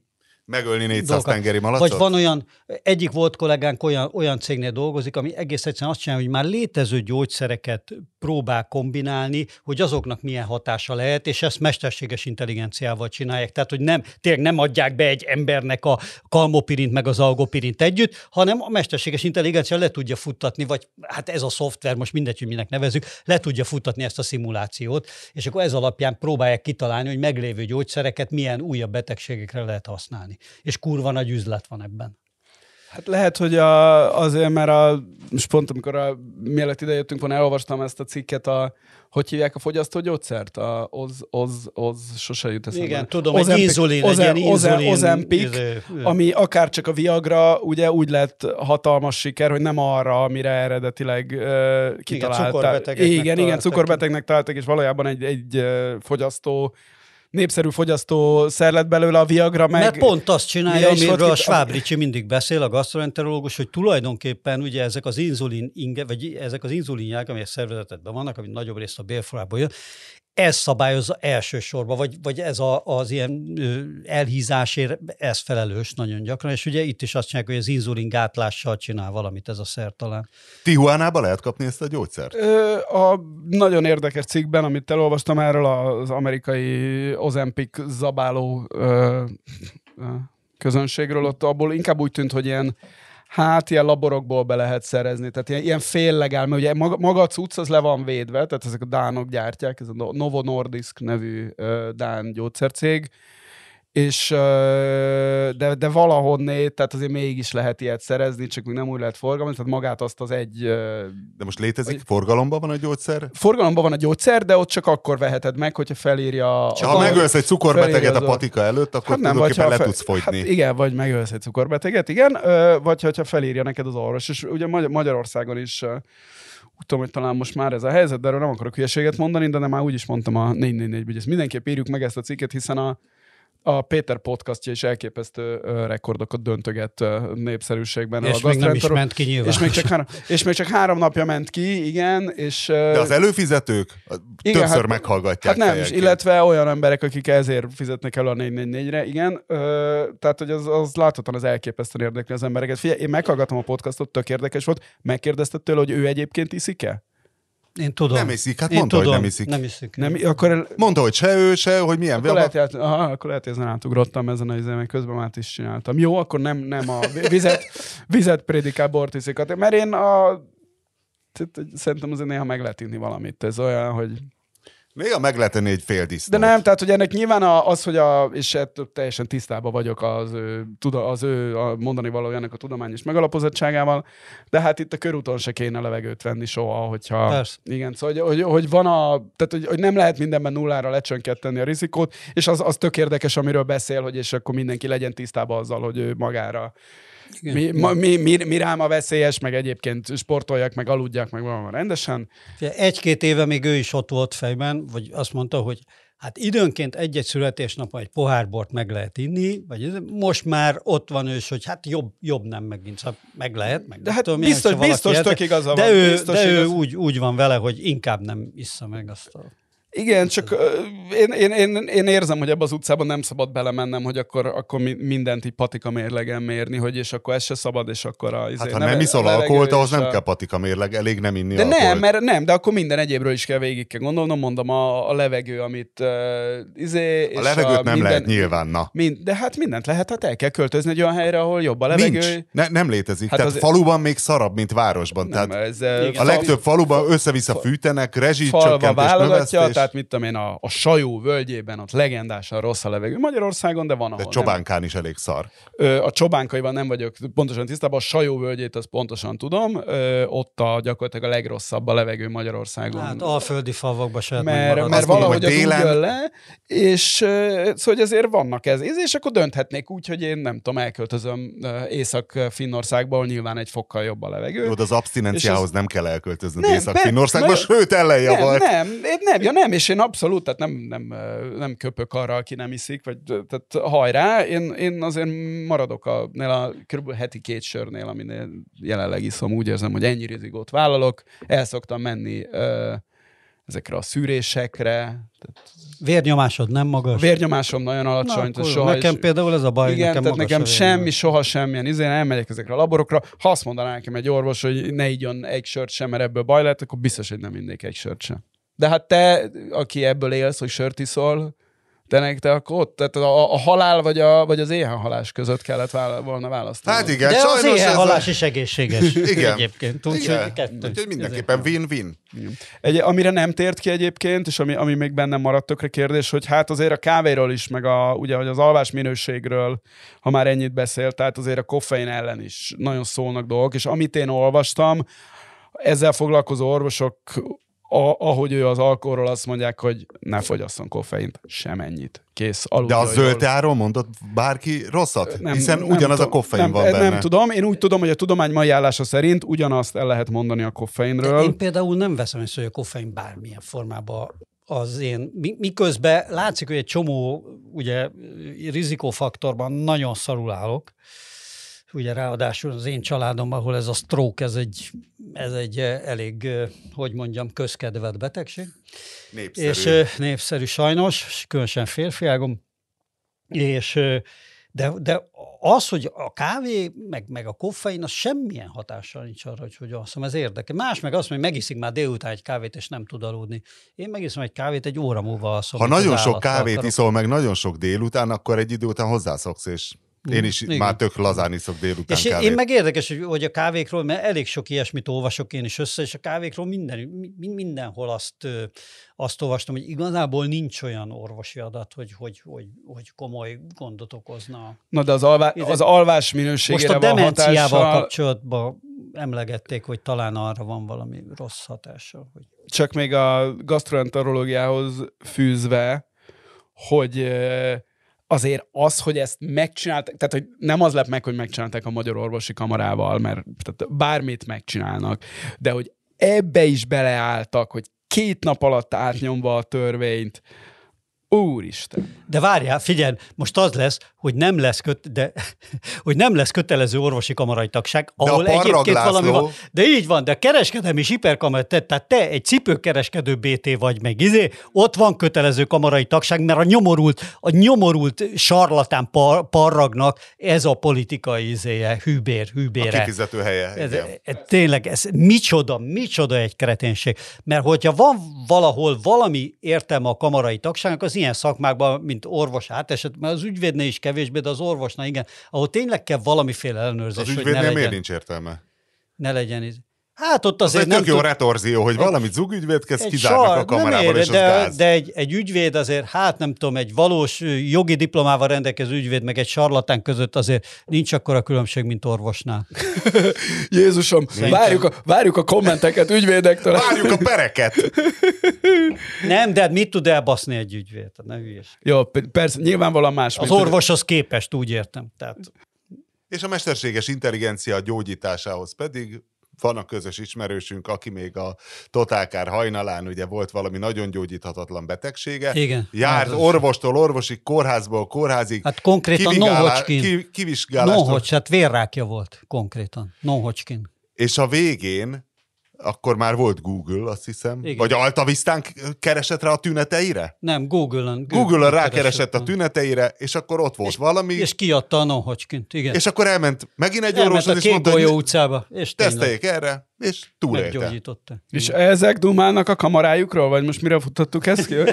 Megölni négyszáz dolgokat. tengeri malacot? Vagy van olyan, egyik volt kollégánk olyan, olyan cégnél dolgozik, ami egész egyszerűen azt csinálja, hogy már létező gyógyszereket próbál kombinálni, hogy azoknak milyen hatása lehet, és ezt mesterséges intelligenciával csinálják. Tehát, hogy nem, tényleg nem adják be egy embernek a kalmopirint meg az algopirint együtt, hanem a mesterséges intelligencia le tudja futtatni, vagy hát ez a szoftver, most mindegy, hogy minek nevezzük, le tudja futtatni ezt a szimulációt, és akkor ez alapján próbálják kitalálni, hogy meglévő gyógyszereket milyen újabb betegségekre lehet használni. És kurva nagy üzlet van ebben. Hát lehet, hogy a, azért, mert a, most pont amikor a, mielőtt idejöttünk volna, elolvastam ezt a cikket, a, hogy hívják a fogyasztógyógyszert? A oz, oz, oz, sose jut eszembe. Igen, tudom, egy inzulin, egy ilyen inzulin. Ozempic, ami akár csak a Viagra, ugye úgy lett hatalmas siker, hogy nem arra, amire eredetileg uh, kitalálták. Igen, igen, igen, cukorbetegnek találtak, és valójában egy, egy uh, fogyasztó népszerű fogyasztószer lett belőle a Viagra, meg... Mert pont azt csinálja, amiről a ki... Schwab Ricsi mindig beszél, a gasztroenterológus, hogy tulajdonképpen ugye ezek az inzulin inge, vagy ezek az inzulinják, amelyek szervezetedben vannak, ami nagyobb részt a bélfalából jön, ez szabályozza elsősorban, vagy, vagy ez a, az ilyen ö, elhízásért, ez felelős nagyon gyakran, és ugye itt is azt csinálják, hogy az inzulin gátlással csinál valamit ez a szer talán. Tijuánában lehet kapni ezt a gyógyszert? Ö, a nagyon érdekes cikkben, amit elolvastam erről az amerikai Ozempic zabáló ö, ö, közönségről, ott abból inkább úgy tűnt, hogy ilyen hát ilyen laborokból be lehet szerezni, tehát ilyen, ilyen féllegál, mert ugye maga, maga a cucc az le van védve, tehát ezek a dánok gyártják, ez a Novo Nordisk nevű uh, dán gyógyszercég, és uh, de, de valahonnét, tehát azért mégis lehet ilyet szerezni, csak még nem úgy lehet forgalmazni, tehát magát azt az egy... Uh, de most létezik? Forgalomban van a gyógyszer? Forgalomban van a gyógyszer, de ott csak akkor veheted meg, hogyha felírja... Csak ha megölsz egy cukorbeteget a patika előtt, akkor hát nem, tulajdonképpen le fe... tudsz fogyni. Hát igen, vagy megölsz egy cukorbeteget, igen, vagy hogyha felírja neked az orvos. És ugye Magyarországon is úgy tudom, hogy talán most már ez a helyzet, de erről nem akarok hülyeséget mondani, de nem, már úgy is mondtam a négy négy négy, hogy ezt mindenképp írjuk meg ezt a cikket, hiszen a A Péter podcastja is elképesztő uh, rekordokat döntöget uh, népszerűségben. És a még nem is ment ki nyilván. És még csak három, és még csak három napja ment ki, igen. És, uh, de az előfizetők igen, többször hát, meghallgatják. Hát nem is, illetve olyan emberek, akik ezért fizetnek el a négy négy négyre, igen. Uh, tehát, hogy az, az láthatóan az elképesztően érdekli az embereket. Figyelj, én meghallgatom a podcastot, tök érdekes volt. Megkérdezted tőle, hogy ő egyébként iszik-e? Én tudom. Nem iszik, hát Én mondta, tudom. hogy nem iszik. Nem iszik. Nem, akkor... Mondta, hogy se ő, se, hogy milyen akkor lehet, lehet, aha, akkor lehet, hogy ezen átugrottam ezen az izén, közben már is csináltam. Jó, akkor nem, nem a vizet, vizet prédikál bort iszik. Mert én a... Szerintem azért néha meg lehet inni valamit. Ez olyan, hogy... Néha meg lehet enni egy fél disznót. De nem, tehát hogy ennek nyilván az, hogy a, és ettől teljesen tisztában vagyok az ő, az ő a mondani valójának a tudományos megalapozottságával, de hát itt a körúton se kéne levegőt venni soha, hogyha... Persze. Igen, szóval, hogy, hogy, hogy van a... Tehát, hogy, hogy nem lehet mindenben nullára lecsönkenteni a rizikót, és az, az tök érdekes, amiről beszél, hogy és akkor mindenki legyen tisztában azzal, hogy ő magára... Igen, mi, ma, mi, mi, mi rám a veszélyes, meg egyébként sportoljak, meg aludjak, meg valami rendesen. Egy-két éve még ő is ott volt fejben, vagy azt mondta, hogy hát időnként egy-egy születésnapon egy pohár bort meg lehet inni, vagy most már ott van ő, hogy hát jobb, jobb nem megint, szóval meg lehet. Meg de hát tudom, biztos, milyen, biztos tök igaza de van. Ő, biztos de igaz. ő úgy, úgy van vele, hogy inkább nem issza meg azt a... Igen, csak uh, én, én, én, én érzem, hogy ebbe az utcában nem szabad belemennem, hogy akkor, akkor mindent így patika mérlegen mérni, hogy és akkor ez se szabad, és akkor a... Hát ha nem iszol alkoholt, ahhoz nem a... kell patika mérleg, elég nem inni de alkoholt. nem, mert nem, de akkor minden egyébről is kell végig kell gondolnom, mondom, a, a levegő, amit uh, izé... A és levegőt a nem minden, lehet nyilván, na. Mind, de hát mindent lehet, hát el kell költözni egy olyan helyre, ahol jobb a levegő. Nincs, ne, nem létezik. Hát Tehát az... faluban még szarabb, mint városban. Nem, tehát ez, a legtöbb faluban össze-vissza fűtenek, rezsicsökkentés, növesztés. Tehát mit tudom én, a, a Sajó völgyében ott legendásan rossz a levegő Magyarországon, de van ahol. De Csobánkán nem. is elég szar. Ö, a Csobánkaival nem vagyok pontosan tisztában, a Sajó völgyét azt pontosan tudom, ö, ott a gyakorlatilag a legrosszabb a levegő Magyarországon. Hát alföldi falvakban se mert, mert valahogy az délen... úgy jön le, és ö, szóval hogy azért vannak ez, és akkor dönthetnék úgy, hogy én nem tudom, elköltözöm Észak-Finnországba, ahol nyilván egy fokkal jobb a levegő. Jó, de az abszinenciához az... nem kell elköltöznöd Észak-Finnországba, be... sőt ellenjavart. Nem, nem, nem, ja, nem, és én abszolút, tehát nem, nem, nem köpök arra, aki nem iszik, vagy tehát hajrá, én, én azért maradok a, a kb. Heti két sörnél, aminél jelenleg iszom, úgy érzem, hogy ennyi rizikót vállalok, el szoktam menni ö, ezekre a szűrésekre. Vérnyomásod nem magas? A vérnyomásom nagyon alacsony. Na, soha nekem is... például ez a baj, igen, nekem tehát magas nekem a semmi, soha semmilyen izén, elmegyek ezekre a laborokra. Ha azt mondaná nekem egy orvos, hogy ne igyon egy sört sem, mert ebből baj lehet, akkor biztos, hogy nem innék egy sört sem. De hát te, aki ebből élsz, hogy sört iszol, te nektek akkor ott, tehát a, a halál vagy, a, vagy az éhenhalás között kellett vála, volna választani. Hát igen, de sajnos az éhenhalás ez... is egészséges. Igen. Egyébként. Igen. Kettő. Úgyhogy mindenképpen win-win. Egy, amire nem tért ki egyébként, és ami, ami még bennem maradt tökre kérdés, hogy hát azért a kávéról is, meg a, ugye, hogy az alvás minőségről, ha már ennyit beszél, tehát azért a koffein ellen is nagyon szólnak dolgok, és amit én olvastam, ezzel foglalkozó orvosok, a, ahogy ő az alkoholról azt mondják, hogy ne fogyasszon koffeint, sem ennyit. Kész. De a zöld teáról mondott bárki rosszat? Nem, Hiszen nem ugyanaz tudom, a koffein nem, van benne. Nem tudom, én úgy tudom, hogy a tudomány mai állása szerint ugyanazt el lehet mondani a koffeinről. De én például nem veszem észre, hogy a koffein bármilyen formában az én, miközben látszik, hogy egy csomó ugye rizikófaktorban nagyon szarul állok, ugye ráadásul az én családomban, ahol ez a stroke, ez egy, ez egy elég, hogy mondjam, közkedvelt betegség. Népszerű. És népszerű sajnos, különösen férfiágom. És, de, de az, hogy a kávé, meg, meg a koffein, az semmilyen hatással nincs arra, hogy hogy alszom. Ez érdekel. Más meg azt, hogy megiszik már délután egy kávét, és nem tud aludni. Én megiszom egy kávét, egy óra múlva alszom. Ha nagyon sok kávét akarok. Iszol, meg nagyon sok délután, akkor egy idő után hozzászoksz, és én is igen. Már tök lazán iszok délután és kávét. Én meg érdekes, hogy a kávékról, mert elég sok ilyesmit olvasok én is össze, és a kávékról minden, mindenhol azt, azt olvastam, hogy igazából nincs olyan orvosi adat, hogy, hogy, hogy, hogy komoly gondot okozna. Na de az, alvá, az alvás minőségére most a van hatással. Most a demenciával kapcsolatban emlegették, hogy talán arra van valami rossz hatása. Hogy... Csak még a gastroenterológiához fűzve, hogy azért az, hogy ezt megcsinálták, tehát hogy nem az lep meg, hogy megcsinálták a Magyar Orvosi Kamarával, mert tehát bármit megcsinálnak, de hogy ebbe is beleálltak, hogy két nap alatt átnyomva a törvényt, úristen. De várjál, figyelj, most az lesz, hogy nem lesz, köt, de, hogy nem lesz kötelező orvosi kamarai tagság, ahol egyébként valami van. De így van, de a kereskedelmi és hiperkamara, tehát te egy cipőkereskedő bé té vagy meg, izé, ott van kötelező kamarai tagság, mert a nyomorult, a nyomorult sarlatán par, parragnak ez a politikai izéje, hűbér, hűbére. A kifizető helye. Ez, ez, tényleg, ez micsoda, micsoda egy kreténség. Mert hogyha van valahol valami értelme a kamarai tagságnak, az ilyen szakmákban, mint orvos áteset, mert az ügyvédnél is kevésbé, de az orvosnál igen, ahol tényleg kell valamiféle ellenőrzés, az hogy ne legyen. legyen. Nincs értelme? Ne legyen ez. Hát ott azért az nem egy tök jó tud... retorzió, hogy valamit zugügyvédkezz, kizárnak sar, a kamerából, és az de, gáz. de egy, egy ügyvéd azért, hát nem tudom, egy valós jogi diplomával rendelkező ügyvéd, meg egy sarlatán között azért nincs akkora különbség, mint orvosnál. Jézusom, várjuk a, várjuk a kommenteket ügyvédektől. Várjuk a pereket. Nem, de mit tud elbaszni egy ügyvéd? Ne hülyes. Jó, persze, nyilvánvalóan más. Az orvoshoz képest, úgy értem. Tehát... És a mesterséges intelligencia gyógyításához pedig van a közös ismerősünk, aki még a totálkár hajnalán, ugye volt valami nagyon gyógyíthatatlan betegsége. Igen. Járt hát orvostól orvosig, kórházból kórházig. Hát konkrétan non-Hodgkin. Ki, kivizsgálástól. Non-Hodgkin, hát vérrákja volt konkrétan. Non-Hodgkin. És a végén akkor már volt Google, azt hiszem. Igen. Vagy Altavisztán keresett rá a tüneteire? Nem, Google-on. Google-on Google rákeresett a tüneteire, és akkor ott volt és, valami. És kiadta a non-Hodgkint, igen. És akkor elment megint egy elment orvoshoz, és mondta, hogy utcába, és teszteljék erre, és túlélte. Meggyógyította. És ezek dumálnak a kamarájukról, vagy most mire futottuk ezt ki?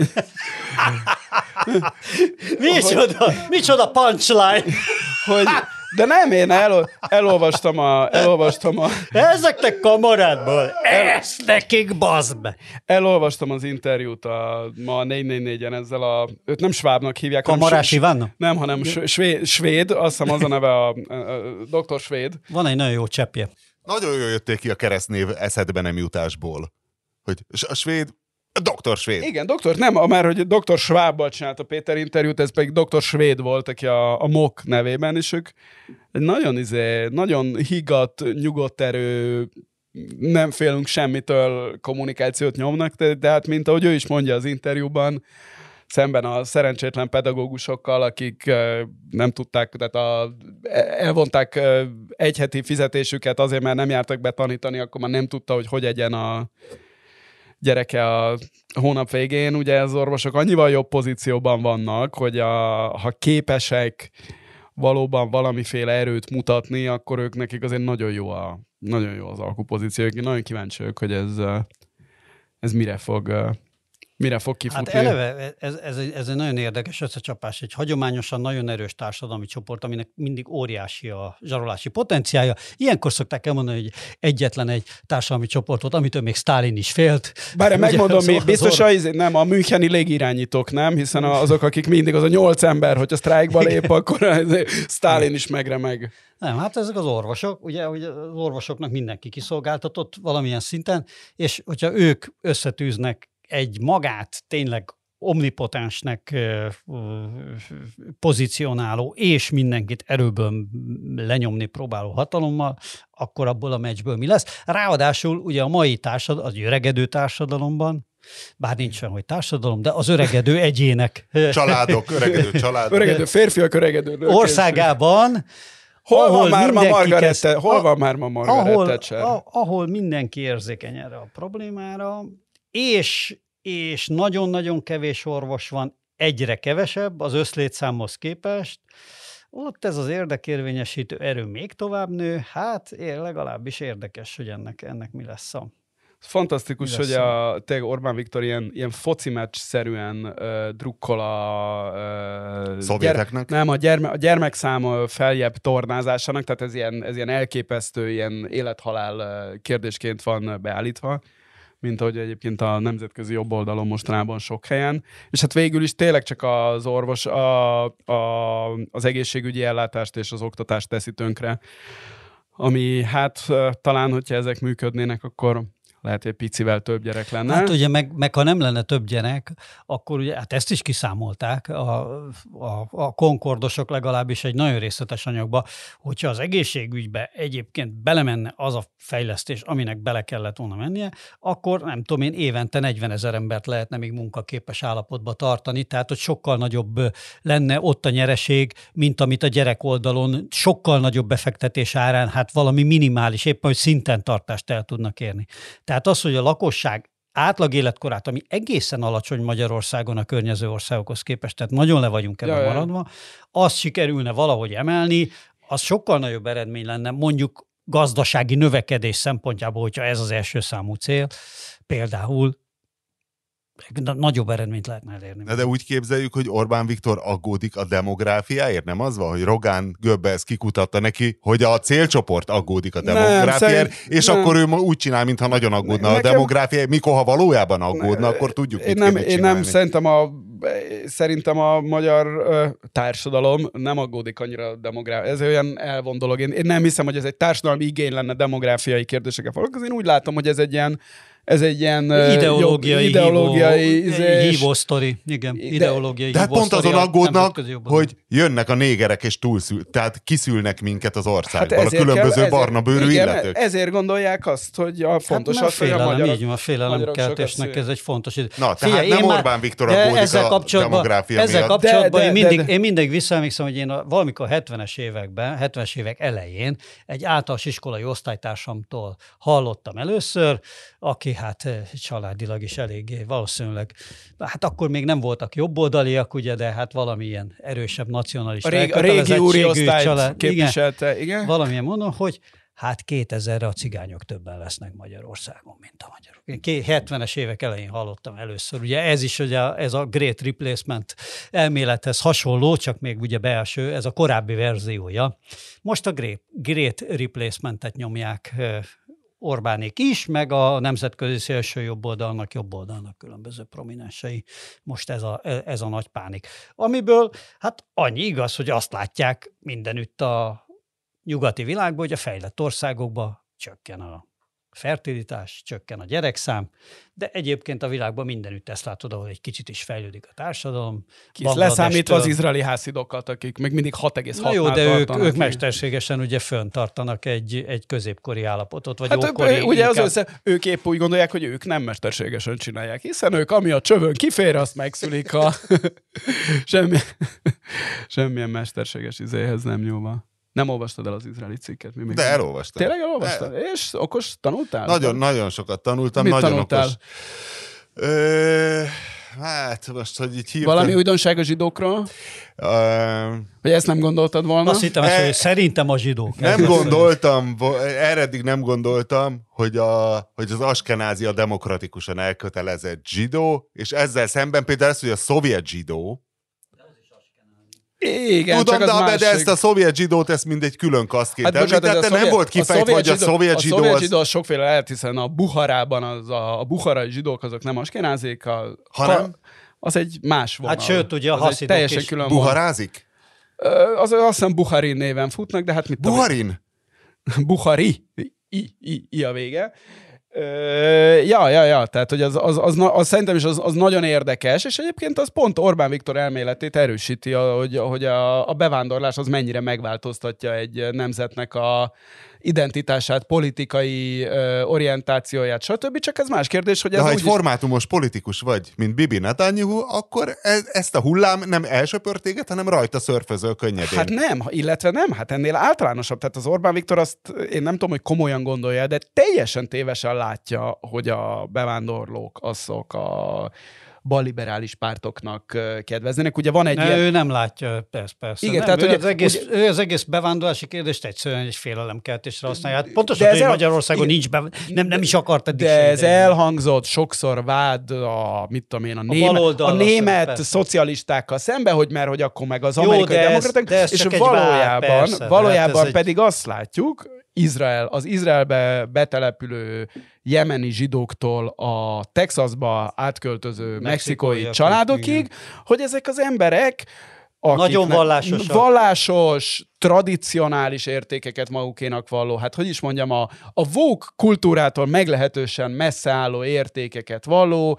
micsoda, micsoda punchline! Hogy... De nem, én el, elolvastam a... Elolvastam a ezeknek kamarádból, ezt nekik bazd be! Elolvastam az interjút a, ma a négy négy négyen ezzel a... Őt nem Schwabnak hívják. Kamarás Ivánnak? Nem, hanem svéd, svéd, azt hiszem az a neve a, a, a doktor Svéd. Van egy nagyon jó cseppje. Nagyon jól jöttek ki a keresztnév eszedbe nem jutásból. Hogy a svéd... doktor Svéd. Igen, doktor, nem, már hogy doktor Schwabbal csinálta Péter interjút, ez pedig doktor Svéd volt, aki a, a MOK nevében, és ők egy nagyon, izé, nagyon higgadt, nyugodt erő, nem félünk semmitől kommunikációt nyomnak, de, de hát mint ahogy ő is mondja az interjúban, szemben a szerencsétlen pedagógusokkal, akik nem tudták, tehát a, elvonták egy heti fizetésüket azért, mert nem jártak be tanítani, akkor már nem tudta, hogy hogy egyen a gyereke a hónap végén, ugye az orvosok annyival jobb pozícióban vannak, hogy a, ha képesek valóban valamiféle erőt mutatni, akkor ők nekik azért nagyon jó, a, nagyon jó az alkupozíció. Én nagyon kíváncsi vagyok, hogy ez, ez mire fog, mire fog kifutni. Hát eleve ez, ez, egy, ez egy nagyon érdekes összecsapás. Egy hagyományosan nagyon erős társadalmi csoport, aminek mindig óriási a zsarolási potenciálja. Ilyenkor szokták elmondani, hogy egyetlen egy társadalmi csoportot, amitől még Sztálin is félt. Bár megmondom, mi biztos, hogy nem, a müncheni légirányítók nem, hiszen azok, akik mindig az a nyolc ember, hogyha sztrájkba lép, akkor Sztálin is megremeg. Nem, hát ezek az orvosok, ugye, ugye az orvosoknak mindenki kiszolgáltatott valamilyen szinten, és hogyha ők összetűznek egy magát tényleg omnipotensnek pozícionáló és mindenkit erőből lenyomni próbáló hatalommal, akkor abból a meccsből mi lesz. Ráadásul ugye a mai társadalom, az öregedő társadalomban, bár nincs olyan, hogy társadalom, de az öregedő egyének. Családok, öregedő családok. Öregedő férfiak, öregedő nők. Országában, Hol van már ma Margaret Thatcher? Hol van már ma Margaret ahol, Thatcher? a, ahol mindenki érzékeny erre a problémára, és, és nagyon-nagyon kevés orvos van, egyre kevesebb az összlétszámhoz képest, ott ez az érdekérvényesítő erő még tovább nő, hát legalábbis érdekes, hogy ennek, ennek mi lesz a... Fantasztikus, hogy a, tényleg Orbán Viktor ilyen, ilyen foci meccs-szerűen uh, drukkol a... Uh, szovjeteknek? Gyere, nem, a, gyerme, a gyermekszám feljebb tornázásának, tehát ez ilyen, ez ilyen elképesztő, ilyen élethalál kérdésként van beállítva, mint ahogy egyébként a nemzetközi jobb oldalon mostanában sok helyen. És hát végül is tényleg csak az orvos a, a, az egészségügyi ellátást és az oktatást teszi tönkre, ami hát talán, hogyha ezek működnének, akkor lehet, hogy picivel több gyerek lenne. Hát ugye meg, meg ha nem lenne több gyerek, akkor ugye, hát ezt is kiszámolták a, a, a konkordosok legalábbis egy nagyon részletes anyagba, hogyha az egészségügybe egyébként belemenne az a fejlesztés, aminek bele kellett volna mennie, akkor nem tudom én, évente negyvenezer embert lehetne még munkaképes állapotba tartani, tehát hogy sokkal nagyobb lenne ott a nyereség, mint amit a gyerek oldalon sokkal nagyobb befektetés árán, hát valami minimális, éppen hogy szinten tartást el tudnak érni. Tehát az, hogy a lakosság átlag életkorát, ami egészen alacsony Magyarországon a környező országokhoz képest, tehát nagyon le vagyunk ebben ja, maradva, azt sikerülne valahogy emelni, az sokkal nagyobb eredmény lenne, mondjuk gazdasági növekedés szempontjából, hogyha ez az első számú cél, például nagyobb eredményt lehetne elérni. De, de úgy képzeljük, hogy Orbán Viktor aggódik a demográfiáért? Nem az van, hogy Rogán Goebbels kikutatta neki, hogy a célcsoport aggódik a demográfiáért, nem, és nem. Akkor ő úgy csinál, mintha nagyon aggódna nekem, a demográfiáért, mikor ha valójában aggódna, akkor tudjuk, én mit nem, én csinálni. nem szerintem a, szerintem a magyar ö, társadalom nem aggódik annyira a demográfiáért. Ez olyan elvon dolog. Én, én nem hiszem, hogy ez egy társadalmi igény lenne demográfiai kérdésekkel foglalkozni. Én úgy látom, hogy ez egy ilyen Ez egy ilyen ideológiai, jobb, ideológiai hívó, izés. hívó sztori. Igen, de, ideológiai de hát hívó pont azon aggódnak, hogy jönnek a négerek és túlszül, tehát kiszűlnek minket az országból, hát a különböző kell, barna bőrű igen, illetők. Ezért gondolják azt, hogy a fontos hát az, hogy a magyarok... Így van, a félelemkeltésnek ez egy fontos... Na, tehát Figyelj, nem Orbán Viktor aggódik a demográfia ezzel miatt. kapcsolatban de, de, én, mindig, de, de. én mindig visszaemlékszem, hogy én a, valamikor a hetvenes években, hetvenes évek elején egy általános iskolai osztálytársamtól hallottam először, aki hát családilag is eléggé valószínűleg, hát akkor még nem voltak jobboldaliak, ugye, de hát valamilyen erősebb nacionalista. A, rég, a régi úri osztályt család, képviselte, igen. igen. Valamilyen mondom, hogy hát kétezerre a cigányok többen lesznek Magyarországon, mint a magyarok. Én hetvenes évek elején hallottam először. Ugye ez is, ugye ez a Great Replacement elmélethez hasonló, csak még ugye belső, ez a korábbi verziója. Most a Great, Great Replacement-et nyomják Orbánék is, meg a nemzetközi szélső jobboldalnak, jobboldalnak különböző prominensei. Most ez a, ez a nagy pánik. Amiből hát annyi igaz, hogy azt látják mindenütt a nyugati világban, hogy a fejlett országokban csökken a fertilitás, csökken a gyerekszám, de egyébként a világban mindenütt ezt látod, ahol egy kicsit is fejlődik a társadalom. Kis leszámítva az izraeli hászidokat, akik még mindig hat egész hat Na jó, de ők, ők mesterségesen ugye föntartanak egy, egy középkori állapotot, vagy hát ókori. Ő, ugye inkább... az össze, ők épp úgy gondolják, hogy ők nem mesterségesen csinálják, hiszen ők ami a csövön kifér, azt megszülik a semmi, semmilyen mesterséges izéhez nem nyúlva. Nem olvastad el az izraeli cikket? Mi még De nem? elolvastam. Tényleg elolvastad? De. És okos tanultál? Nagyon, nagyon sokat tanultam, Mit nagyon tanultál? okos. Ö, hát most, hogy így hívtam. Valami újdonság a zsidókról? Ö, Vagy ezt nem gondoltad volna? Azt hittem, e... hogy szerintem a zsidók. Nem gondoltam, erre eddig nem gondoltam, hogy, a, hogy az askenázi a demokratikusan elkötelezett zsidó, és ezzel szemben például ez, hogy a szovjet zsidó, igen, tudom, csak az de, másik. de ezt a szovjet zsidót ezt mindegy külön kaszként Hát említette, bocsánat, nem szovjet, volt kifejtve, hogy a szovjet zsidó A szovjet az... zsidó az sokféle lehet, hiszen a Buharában az a, a buharai zsidók azok nem askenázik, a, hanem? Az egy más vonal. Hát sőt, ugye a az egy haszidok teljesen is külön vonal. Buharázik? Az azt hiszem Buharin néven futnak, de hát mit tudom. Buharin? Buhari. I, I, I a vége. Ö, ja, ja, ja, tehát hogy az, az, az, az szerintem is az, az nagyon érdekes, és egyébként az pont Orbán Viktor elméletét erősíti, hogy, hogy a, a bevándorlás az mennyire megváltoztatja egy nemzetnek a identitását, politikai ö, orientációját, stb. Csak ez más kérdés, hogy De ez ha egy úgy formátumos politikus vagy, mint Bibi Netanyahu, akkor ez, ezt a hullám nem elsöpört téged, hanem rajta szörfözöl könnyedén. Hát nem, illetve nem, hát ennél általánosabb. Tehát az Orbán Viktor azt, én nem tudom, hogy komolyan gondolja, de teljesen tévesen látja, hogy a bevándorlók azok a balliberális pártoknak kedveznének. Ugye van egy ne, ilyen... Ő nem látja, persze, persze. Igen, nem, tehát ő, ugye, az egész, ugye... ő az egész bevándorlási kérdést egyszerűen egy félelemkeltésre használja. Hát pontosan, de hogy el... Magyarországon nincs be, nem, nem is akart eddig. De ez elhangzott sokszor vád a, mit tudom én, a, német, a, a német persze. szocialistákkal szembe, hogy mert hogy akkor meg az amerikai demokraták, és valójában, vád, persze, valójában hát pedig egy... azt látjuk, Izrael, az Izraelbe betelepülő jemeni zsidóktól a Texasba átköltöző mexikói családokig, igen. Hogy ezek az emberek, nagyon vallásosak. vallásos, tradicionális értékeket magukénak valló, hát hogy is mondjam, a, a woke kultúrától meglehetősen messze álló értékeket valló,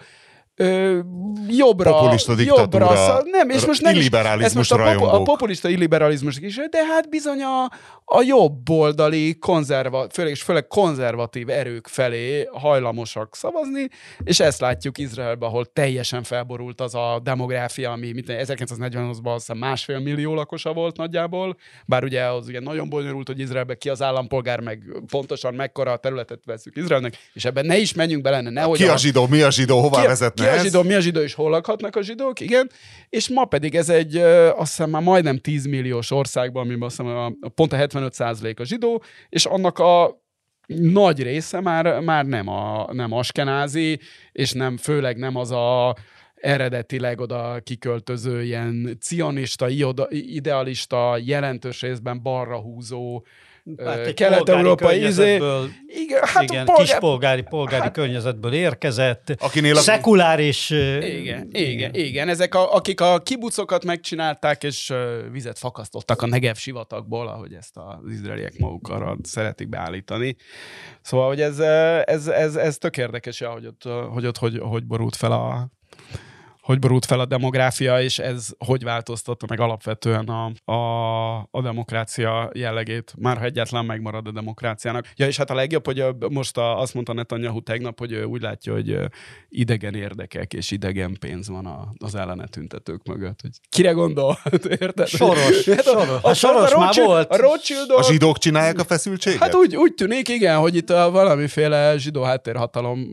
Ö, jobbra, populista diktatúra, jobbra, szal, nem, és most nem illiberalizmus most a, popu, a populista illiberalizmus is, de hát bizony a, a jobboldali, konzerva, főleg, és főleg konzervatív erők felé hajlamosak szavazni, és ezt látjuk Izraelben, ahol teljesen felborult az a demográfia, ami mit, ezerkilencszáznegyvennyolcban azt hiszem másfél millió lakosa volt nagyjából, bár ugye az ugye nagyon bonyolult, hogy Izraelben ki az állampolgár, meg pontosan mekkora a területet veszük Izraelnek, és ebben ne is menjünk bele, nehogy ki a zsidó, mi a zsidó, hová ki, vezetne ki a ez? zsidó, mi a zsidó, és hol lakhatnak a zsidók, igen, és ma pedig ez egy, azt hiszem már majdnem tíz milliós országban, amiben azt hiszem a, a pont a hetvenöt százalék a zsidó, és annak a nagy része már, már nem, a, nem askenázi, és nem, főleg nem az a eredetileg oda kiköltöző ilyen cionista, idealista, jelentős részben balra húzó, hát kelet-európai izé. Igen, hát igen, polgár... kispolgári, polgári hát... környezetből érkezett, akinél a... szekuláris... Igen, igen, igen. Ezek, a, akik a kibucokat megcsinálták, és vizet fakasztottak a Negev sivatagból, ahogy ezt az izraeliek maguk arra szeretik beállítani. Szóval, hogy ez, ez, ez, ez tök érdekes, hogy ott, hogy, ott hogy, hogy borult fel a hogy borult fel a demográfia, és ez hogy változtatta meg alapvetően a, a, a demokrácia jellegét, már ha egyáltalán megmarad a demokráciának. Ja, és hát a legjobb, hogy most a, azt mondta Netanyahu tegnap, hogy úgy látja, hogy idegen érdekek és idegen pénz van a, az ellene tüntetők mögött. Hogy kire gondol? Érted? Soros. Hát a, Soros, a, a Soros a már volt. A Rothschildok... A zsidók csinálják a feszültséget? Hát úgy, úgy tűnik, igen, hogy itt a valamiféle zsidó háttérhatalom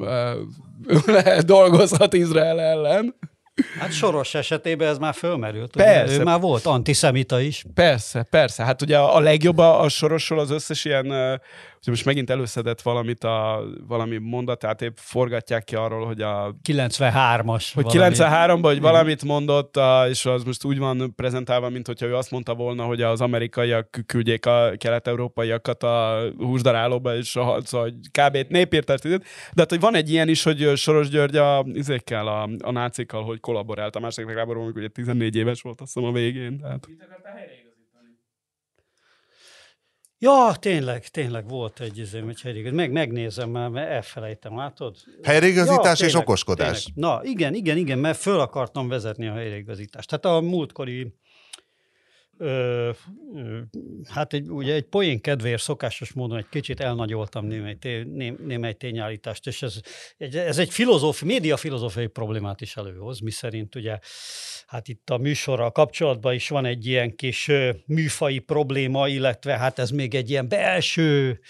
uh, dolgozhat Izrael ellen. Hát Soros esetében ez már fölmerült. Persze. Ő már volt antiszemita is. Persze, persze. Hát ugye a legjobb a, a Sorosról az összes ilyen, hogy most megint előszedett valamit, a, valami mondatát, épp forgatják ki arról, hogy a... kilencvenhármas. Hogy valami. kilencvenháromban, hogy valamit mondott, és az most úgy van prezentálva, mint hogyha ő azt mondta volna, hogy az amerikaiak küldjék a kelet-európaiakat a húsdarálóba, és a, szóval kb. Népírtást. De hát, hogy van egy ilyen is, hogy Soros György a, izékkel, a, a nácikkal, hogy kollaborált a második világháborúban, amikor ugye tizennégy éves volt, azt hiszem a végén. Tehát... Ja, tényleg, tényleg volt egy izém, egy helyreigazítás. Meg, megnézem már, mert elfelejtem, látod? Helyreigazítás ja, és okoskodás. Tényleg. Na, igen, igen, igen, mert föl akartam vezetni a helyreigazítást. Tehát a múltkori ö, ö, hát egy, ugye egy poén kedvéért szokásos módon egy kicsit elnagyoltam némely, té, né, némely tényállítást, és ez, egy, ez egy filozófi, média filozófiai problémát is előhoz, miszerint ugye hát itt a műsorral kapcsolatban is van egy ilyen kis ö, műfai probléma, illetve hát ez még egy ilyen belső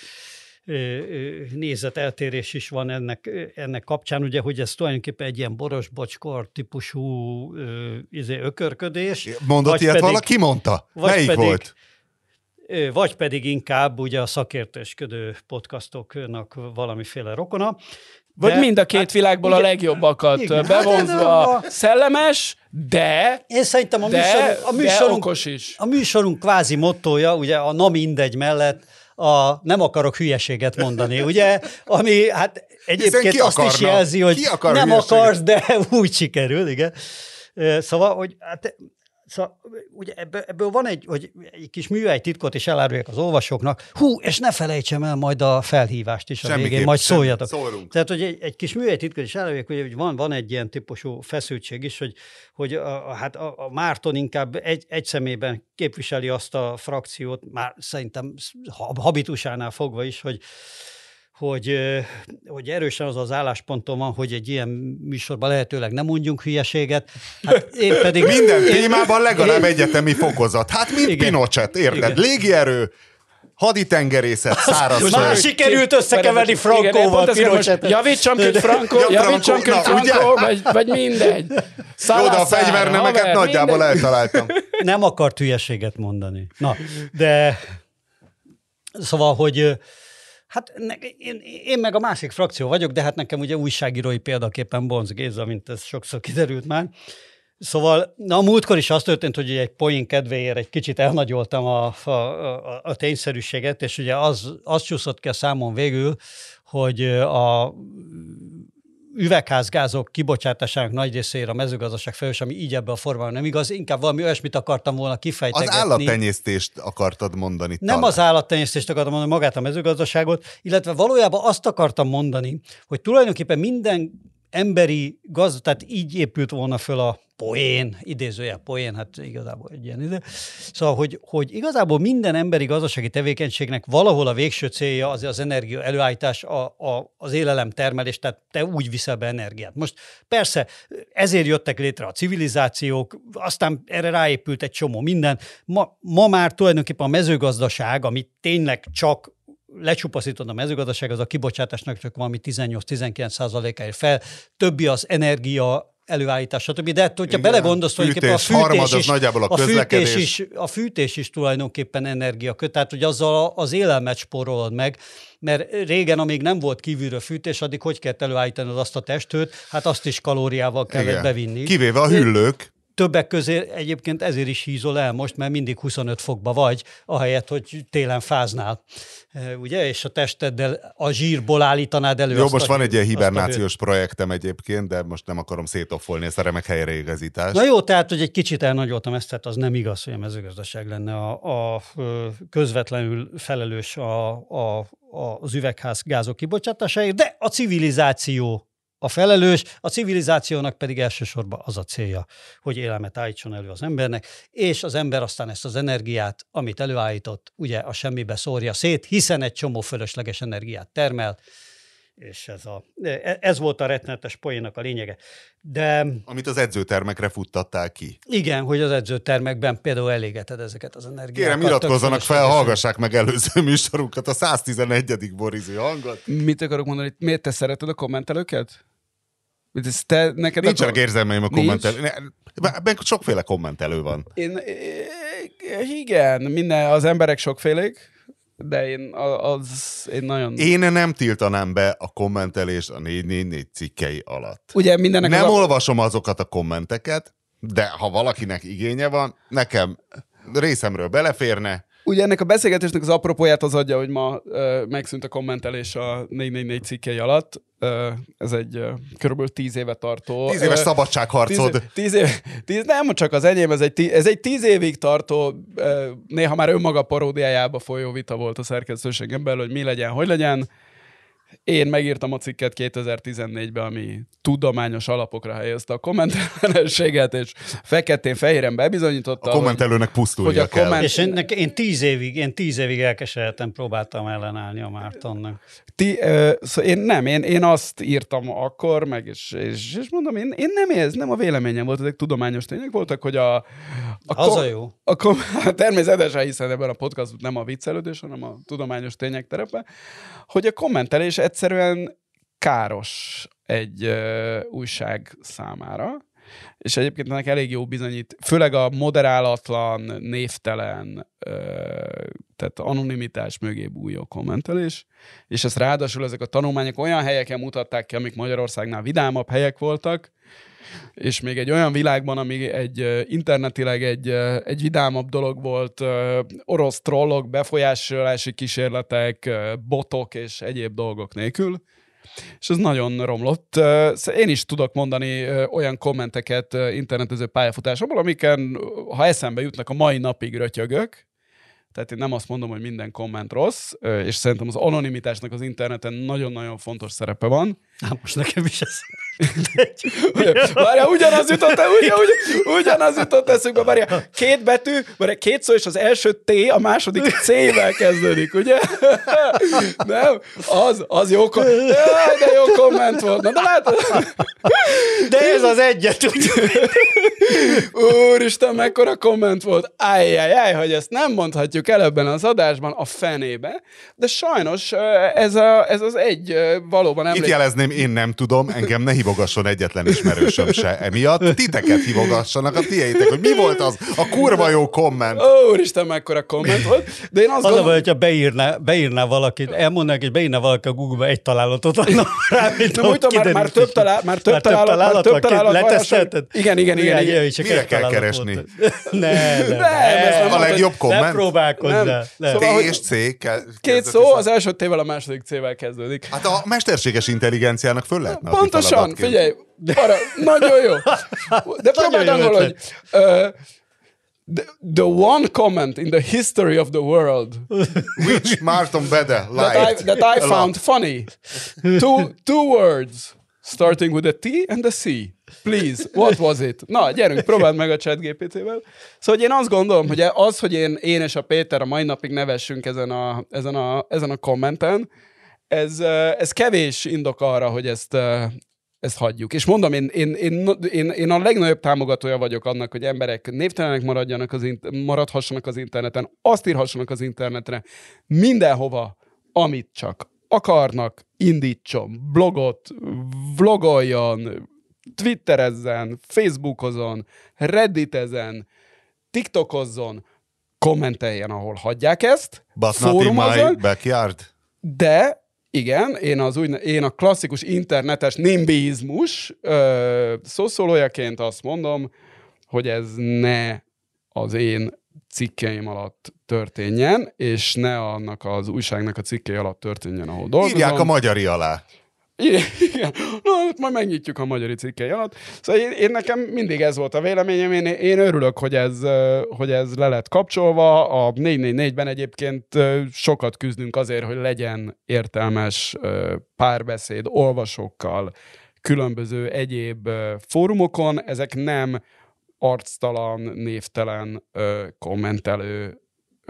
nézeteltérés is van ennek, ennek kapcsán, ugye, hogy ez tulajdonképpen egy ilyen boros-bocskor típusú izé, ökörködés. Mondott ilyet pedig, valaki? Mondta? Melyik pedig, volt? Vagy pedig inkább ugye a szakértősködő podcastoknak valamiféle rokona. Vagy mind a két hát, világból ugye, a legjobbakat igen, bevonzva hát szellemes, de, én szerintem a, de, műsorunk, a, műsorunk, de okos is. A műsorunk kvázi mottója, ugye a na mindegy mellett a nem akarok hülyeséget mondani, ugye, ami hát egyébként azt akarna? is jelzi, hogy akar nem hülyeséget? akarsz, de úgy sikerül, igen. Szóval, hogy hát, szóval, ugye ebből, ebből van egy, hogy egy kis műhely titkot is eláruljak az olvasóknak. Hú, és ne felejtsem el majd a felhívást is a Semmiképp, végén, majd szóljatok. Szólunk. Tehát, hogy egy, egy kis műhely titkot is eláruljak, hogy van, van egy ilyen típusú feszültség is, hogy, hogy a, a, hát a, a Márton inkább egy, egy szemében képviseli azt a frakciót, már szerintem habitusánál fogva is, hogy Hogy, hogy erősen az az állásponton van, hogy egy ilyen műsorban lehetőleg nem mondjunk hülyeséget. Hát én pedig... Minden témában legalább én... egyetemi fokozat. Hát mint igen. Pinochet, érted? Igen. Légierő, haditengerészet, száraz. Már sikerült összekeverni Frankóval Pinochetet. Javítsam ki Franco, javítsam ki Franco, vagy, vagy mindegy. Jó, de a fegyvernemeket nagyjából mindegy. eltaláltam. Nem akart hülyeséget mondani. Na, de szóval, hogy hát ne, én, én meg a másik frakció vagyok, de hát nekem ugye újságírói példaképpen Bonc Géza, mint ez sokszor kiderült már. Szóval na, a múltkor is az történt, hogy egy poén kedvéért egy kicsit elnagyoltam a, a, a, a tényszerűséget, és ugye az, az csúszott ki a számon végül, hogy a üvegházgázok kibocsátásának nagy részére a mezőgazdaság felelős, ami így ebben a formában nem igaz. Inkább valami olyasmit akartam volna kifejtegetni. Az állattenyésztést akartad mondani. Nem talán. Az állattenyésztést akartam mondani, magát a mezőgazdaságot, illetve valójában azt akartam mondani, hogy tulajdonképpen minden emberi gazda, tehát így épült volna föl a poén, idézőjel poén, hát igazából egy ilyen ide. Szóval, hogy, hogy igazából minden emberi gazdasági tevékenységnek valahol a végső célja az az energia előállítás, a, a, az élelem termelés, tehát te úgy viszel be energiát. Most persze ezért jöttek létre a civilizációk, aztán erre ráépült egy csomó minden. Ma, ma már tulajdonképpen a mezőgazdaság, ami tényleg csak lecsupaszítod a mezőgazdaság, az a kibocsátásnak csak valami tizennyolc-tizenkilenc százalékáért fel, többi az energia előállítás, stb. De hogyha belegondolsz, tulajdonképpen a fűtés is, nagyjából a, a, fűtés is, a fűtés is tulajdonképpen energiaköt, tehát hogy azzal az élelmet spórolod meg, mert régen, amíg nem volt kívülről fűtés, addig hogy kellett előállítani azt a testhőt, hát azt is kalóriával kellett igen. bevinni. Kivéve a hüllők. Többek közé egyébként ezért is hízol el most, mert mindig huszonöt fokba vagy, ahelyett, hogy télen fáznál. Ugye? És a testeddel a zsírból állítanád elő. Jó, most van egy ilyen hibernációs projektem egyébként, de most nem akarom szétoffolni ezt a remek helyreigazítást. Na jó, tehát, hogy egy kicsit elnagyoltam ezt, tehát az nem igaz, hogy a mezőgazdaság lenne a, a közvetlenül felelős a, a, az üvegházgázok kibocsátásáért, de a civilizáció a felelős, a civilizációnak pedig elsősorban az a célja, hogy élelmet állítson elő az embernek, és az ember aztán ezt az energiát, amit előállított, ugye a semmibe szórja szét, hiszen egy csomó fölösleges energiát termel, és ez, a, ez volt a rettenetes poénnak a lényege. De, amit az edzőtermekre futtattál ki. Igen, hogy az edzőtermekben például elégeted ezeket az energiákat. Kérem, iratkozzanak fel, hallgassák meg előző műsorunkat, a száztizenegyedik borizű hangot. Mit akarok mondani? Miért te szereted a kommentelőket? Te, neked Nincsenek akkor... érzelmeim a kommentelő. Meg sokféle kommentelő van. Én, igen, minden, az emberek sokfélék, de én, az, én nagyon... Én nem tiltanám be a kommentelést a négy négy négy cikkei alatt. Ugye mindennek nem az olvasom azokat a kommenteket, de ha valakinek igénye van, nekem részemről beleférne. Ugye ennek a beszélgetésnek az apropóját az adja, hogy ma ö, megszűnt a kommentelés a négy négy négy cikkei alatt. Ö, ez egy ö, körülbelül tíz éve tartó... Tíz éves ö, szabadságharcod. Tíz, tíz év, tíz, nem csak az enyém, ez egy, tíz, ez egy tíz évig tartó, ö, néha már önmaga paródiájába folyó vita volt a szerkesztőségen belül, hogy mi legyen, hogy legyen. Én megírtam a cikket kétezer-tizennégyben, ami tudományos alapokra helyezte a kommentellenességet, és feketén-fehéren bebizonyította, a kommentelőnek pusztulnia hogy a kell. komment... És én, én tíz évig, én tíz évig elkeseredten próbáltam ellenállni a Mártonnak. Ti, ö, szóval én nem, én, én azt írtam akkor, meg és, és, és mondom, én, én nem ez, nem a véleményem volt, ezek tudományos tények voltak, hogy a... a Az a jó. A kom, természetesen, hiszen ebben a podcast nem a viccelődés, hanem a tudományos tények terepe, hogy a kommentelés egyszerűen káros egy ö, újság számára, és egyébként ennek elég jó bizonyít, főleg a moderálatlan, névtelen, ö, tehát anonimitás mögé bújó kommentelés, és ezt ráadásul ezek a tanulmányok olyan helyeken mutatták ki, amik Magyarországnál vidámabb helyek voltak, és még egy olyan világban, ami egy uh, internetileg egy, uh, egy vidámabb dolog volt, uh, orosz trollok, befolyásolási kísérletek, uh, botok és egyéb dolgok nélkül, és ez nagyon romlott. Uh, én is tudok mondani uh, olyan kommenteket uh, internetező pályafutásomból, amiken, ha eszembe jutnak, a mai napig rötyögök. Tehát én nem azt mondom, hogy minden komment rossz, uh, és szerintem az anonimitásnak az interneten nagyon-nagyon fontos szerepe van. Hát most nekem is ez. Várja, ugyanaz jutott, ugyan, ugyan, ugyanaz jutott eszünkbe, várja, két betű, várja, két szó, és az első T, a második C-vel kezdődik, ugye? Nem? Az, az jó komment. De jó komment volt. Na, de látod? De ez az egyet. Úristen, mekkora komment volt. Ájjájjáj, hogy ezt nem mondhatjuk el ebben az adásban a fenébe, de sajnos ez, a, ez az egy valóban emlék. Itt jelezném, én nem tudom, engem ne hívogasson egyetlen ismerősöm se emiatt. Titeket hívogassanak a tiétek, hogy mi volt az a kurva jó komment. Ó, úristen, mekkora komment volt. De én azt az gondolom... a baj, hogyha beírná, beírná valakit, elmondanák, és beírná valaki a Google-ba egy találatot, annak rá, mint de mújtom, már, már több, talál, már több találat, már több találat letesztelted? Igen, igen, igen. igen, igen. Mire kell keresni? Nem, nem, nem, ez nem a legjobb komment? Nem próbálkozzál. Nem. T Szóval, és C. Kell, két szó, az első T-vel, a második C-vel kezdődik. Hát a mesterséges intelligenciának föl lehetne adni Pontosan, feladatként. figyelj, arra, nagyon jó. De próbáld angol, hogy uh, the, the one comment in the history of the world Which Márton Bede that liked I, that I a found lot. funny. Two, two words, starting with a T and a C. Please, what was it? Na, gyerünk, próbáld meg a ChatGPT-vel. Szóval én azt gondolom, hogy az, hogy én, én és a Péter a mai napig nevessünk ezen a, ezen a, ezen a kommenten, ez, ez kevés indok arra, hogy ezt, ezt hagyjuk. És mondom, én, én, én, én, én a legnagyobb támogatója vagyok annak, hogy emberek névtelenek maradjanak az, maradhassanak az interneten, azt írhassanak az internetre, mindenhova, amit csak akarnak, indítson, blogot, vlogoljon, twitterezzen, facebookozon, redditezen, tiktokozzon, kommenteljen, ahol hagyják ezt, But not in my backyard. De igen, én, az úgy, én a klasszikus internetes nimbizmus ö, szószólójaként azt mondom, hogy ez ne az én cikkeim alatt történjen, és ne annak az újságnak a cikkei alatt történjen, ahol dolgozom. Írják a magyari alá. Igen, igen. Na, majd megnyitjuk a magyari cikkei alatt. Szóval én, én nekem mindig ez volt a véleményem, én, én örülök, hogy ez, hogy ez le lett kapcsolva. A négy négy négyben egyébként sokat küzdünk azért, hogy legyen értelmes párbeszéd olvasókkal, különböző egyéb fórumokon. Ezek nem arctalan, névtelen kommentelő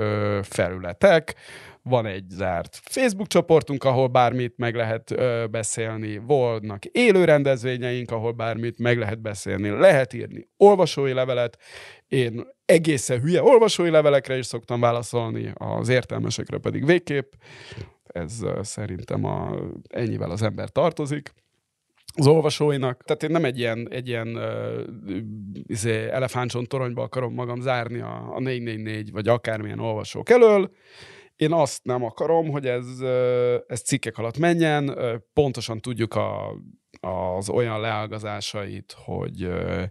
felületek. Van egy zárt Facebook csoportunk, ahol bármit meg lehet ö, beszélni. Vannak élő rendezvényeink, ahol bármit meg lehet beszélni. Lehet írni olvasói levelet. Én egészen hülye olvasói levelekre is szoktam válaszolni, az értelmesekre pedig végképp. Ez ö, szerintem a, ennyivel az ember tartozik az olvasóinak. Tehát én nem egy ilyen, egy ilyen uh, izé, elefántcsont toronyba akarom magam zárni a, a négy négy négy, vagy akármilyen olvasók elől. Én azt nem akarom, hogy ez, ez cikkek alatt menjen. Pontosan tudjuk a, az olyan leágazásait, hogy,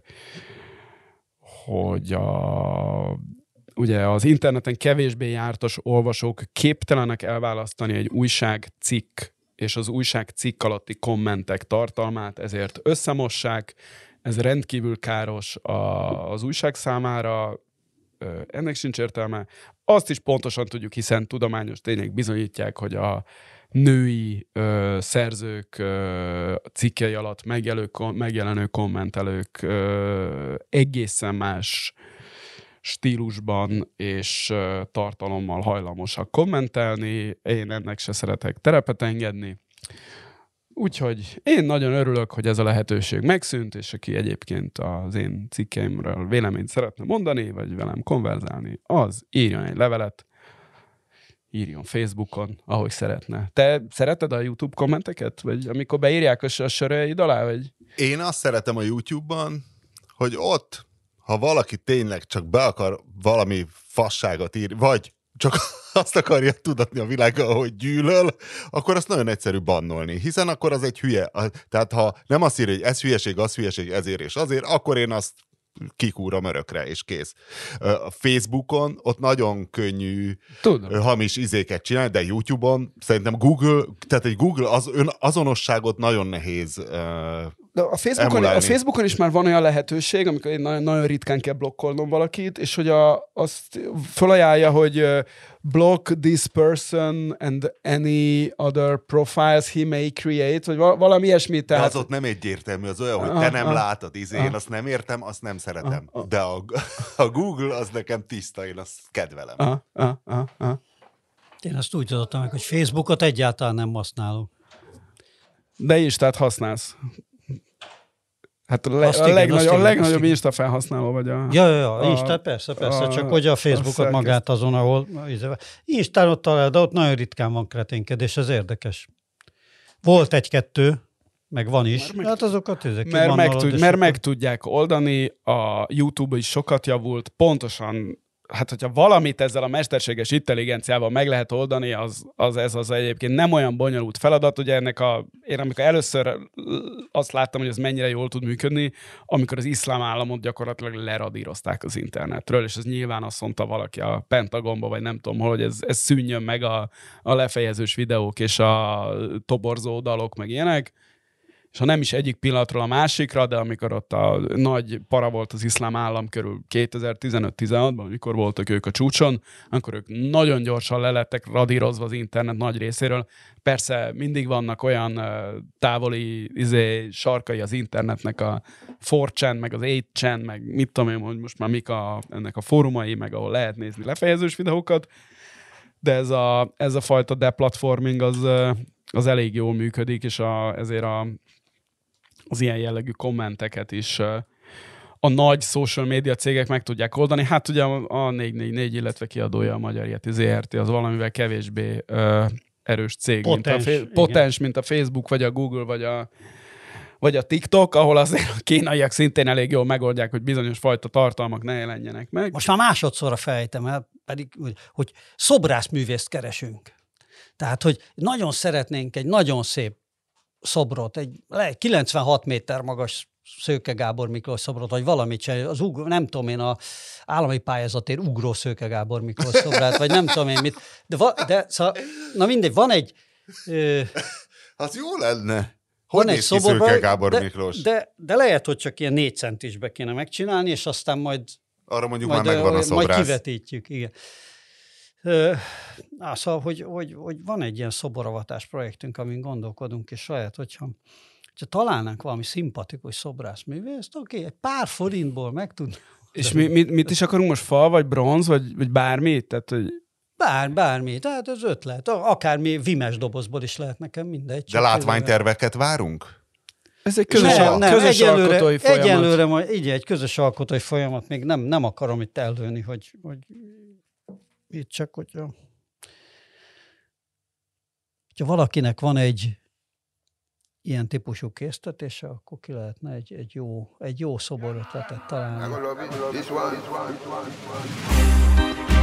hogy a, ugye az interneten kevésbé jártas olvasók képtelenek elválasztani egy újságcikk és az újságcikk alatti kommentek tartalmát, ezért összemossák. Ez rendkívül káros a, az újság számára, ennek sincs értelme. Azt is pontosan tudjuk, hiszen tudományos tények bizonyítják, hogy a női ö, szerzők ö, cikkei alatt megjelő, kom- megjelenő kommentelők ö, egészen más stílusban és ö, tartalommal hajlamosak kommentelni. Én ennek se szeretek terepet engedni. Úgyhogy én nagyon örülök, hogy ez a lehetőség megszűnt, és aki egyébként az én cikkeimről véleményt szeretne mondani, vagy velem konverzálni, az írjon egy levelet, írjon Facebookon, ahogy szeretne. Te szereted a YouTube kommenteket? Vagy amikor beírják a söröid alá? Vagy? Én azt szeretem a YouTube-ban, hogy ott, ha valaki tényleg csak be akar valami fasságot írni, vagy csak azt akarja tudatni a világgal, hogy gyűlöl, akkor azt nagyon egyszerű bannolni, hiszen akkor az egy hülye. Tehát ha nem azt írja, hogy ez hülyeség, az hülyeség, ezért és azért, akkor én azt kikúrom örökre, és kész. A Facebookon ott nagyon könnyű Tudom. hamis izéket csinálni, de YouTube-on szerintem Google, tehát egy Google az, ön azonosságot nagyon nehéz uh, De a Facebookon, emulálni. a Facebookon is már van olyan lehetőség, amikor én nagyon, nagyon ritkán kell blokkolnom valakit, és hogy a, azt felajánlja, hogy uh, block this person and any other profiles he may create, vagy val- valami ilyesmi. Tehát... De az ott nem egyértelmű, az olyan, hogy Ah, te nem ah, látod, izé, én ah. azt nem értem, azt nem szeretem. Ah, ah. De a, a Google az nekem tiszta, én azt kedvelem. Ah, ah, ah, ah. Én azt úgy tudottam meg, hogy Facebookot egyáltalán nem használok. De Instát használsz. Hát a, le, Azt a, igen, legnagy, azt a igen, legnagyobb azt igen. Insta felhasználó vagy a... Ja, ja, ja, a- Insta, persze, persze, a- csak hogy a a Facebookot szerkeszt- magát azon, ahol... Instán ott talál, de ott nagyon ritkán van kreténkedés, ez érdekes. Volt egy-kettő, meg van is, Mert meg- hát azokat ezek Mert, meg, tud, mert meg... meg tudják oldani, a YouTube is sokat javult, pontosan, hát hogyha valamit ezzel a mesterséges intelligenciával meg lehet oldani, az, az ez az egyébként nem olyan bonyolult feladat, ugye ennek a, én amikor először azt láttam, hogy ez mennyire jól tud működni, amikor az iszlám államot gyakorlatilag leradírozták az internetről, és ez nyilván azt mondta valaki a Pentagonba, vagy nem tudom hol, hogy ez, ez szűnjön meg a, a lefejezős videók és a toborzó dalok, meg ilyenek, és ha nem is egyik pillanatról a másikra, de amikor ott a nagy para volt az iszlám állam körül kétezer-tizenöt-tizenhatban, amikor voltak ők a csúcson, akkor ők nagyon gyorsan lelettek radírozva az internet nagy részéről. Persze mindig vannak olyan uh, távoli izé, sarkai az internetnek, a four chan, meg az eight chan, meg mit tudom én, hogy most már mik a, ennek a fórumai, meg ahol lehet nézni lefejezős videókat, de ez a, ez a fajta deplatforming az, uh, az elég jól működik, és a, ezért a az ilyen jellegű kommenteket is uh, a nagy social media cégek meg tudják oldani. Hát ugye a négy négy négy, illetve kiadója a Magyar Yeti zé er té, az valamivel kevésbé uh, erős cég, Potens, mint a, fe- potens, mint a Facebook, vagy a Google, vagy a, vagy a TikTok, ahol azért a kínaiak szintén elég jól megoldják, hogy bizonyos fajta tartalmak ne jelenjenek meg. Most már másodszorra fejtem el, pedig, hogy, hogy szobrászművészt keresünk. Tehát, hogy nagyon szeretnénk egy nagyon szép szobrot, egy kilencvenhat méter magas Szőke Gábor Miklós szobrot, vagy valamit csinálni, az ugró, nem tudom én, a állami pályázatért ugró Szőke Gábor Miklós szobrát, vagy nem tudom én mit. De, va, de szóval, na mindegy, van egy... Ö, Az jó lenne. Hogy van egy néz ki szoborban, Szőke Gábor de, Miklós? de, de lehet, hogy csak ilyen négy centisbe kéne megcsinálni, és aztán majd Arra mondjuk majd, már megvan a majd szobrász. kivetítjük, igen. Ö, á, szóval, hogy, hogy, hogy van egy ilyen szoboravatás projektünk, amin gondolkodunk, és saját, hogyha, hogyha találnánk valami szimpatikus szobrászművészt, oké, egy pár forintból meg tudna. És mi, mit, mit is akarunk most, fal, vagy bronz, vagy, vagy bármi? Tehát, hogy... Bár, bármi, tehát az ötlet. Akármi vimes dobozból is lehet nekem, mindegy. De látványterveket várunk? Ez egy közös, nem, al- nem, közös egyelőre, alkotói folyamat. egyelőre majd, így egy közös alkotói folyamat, még nem, nem akarom itt előni, hogy, hogy itt csak, hogyha, hogyha valakinek van egy ilyen típusú késztetése, akkor ki lehetne egy, egy, jó, egy jó szoborötletet találni.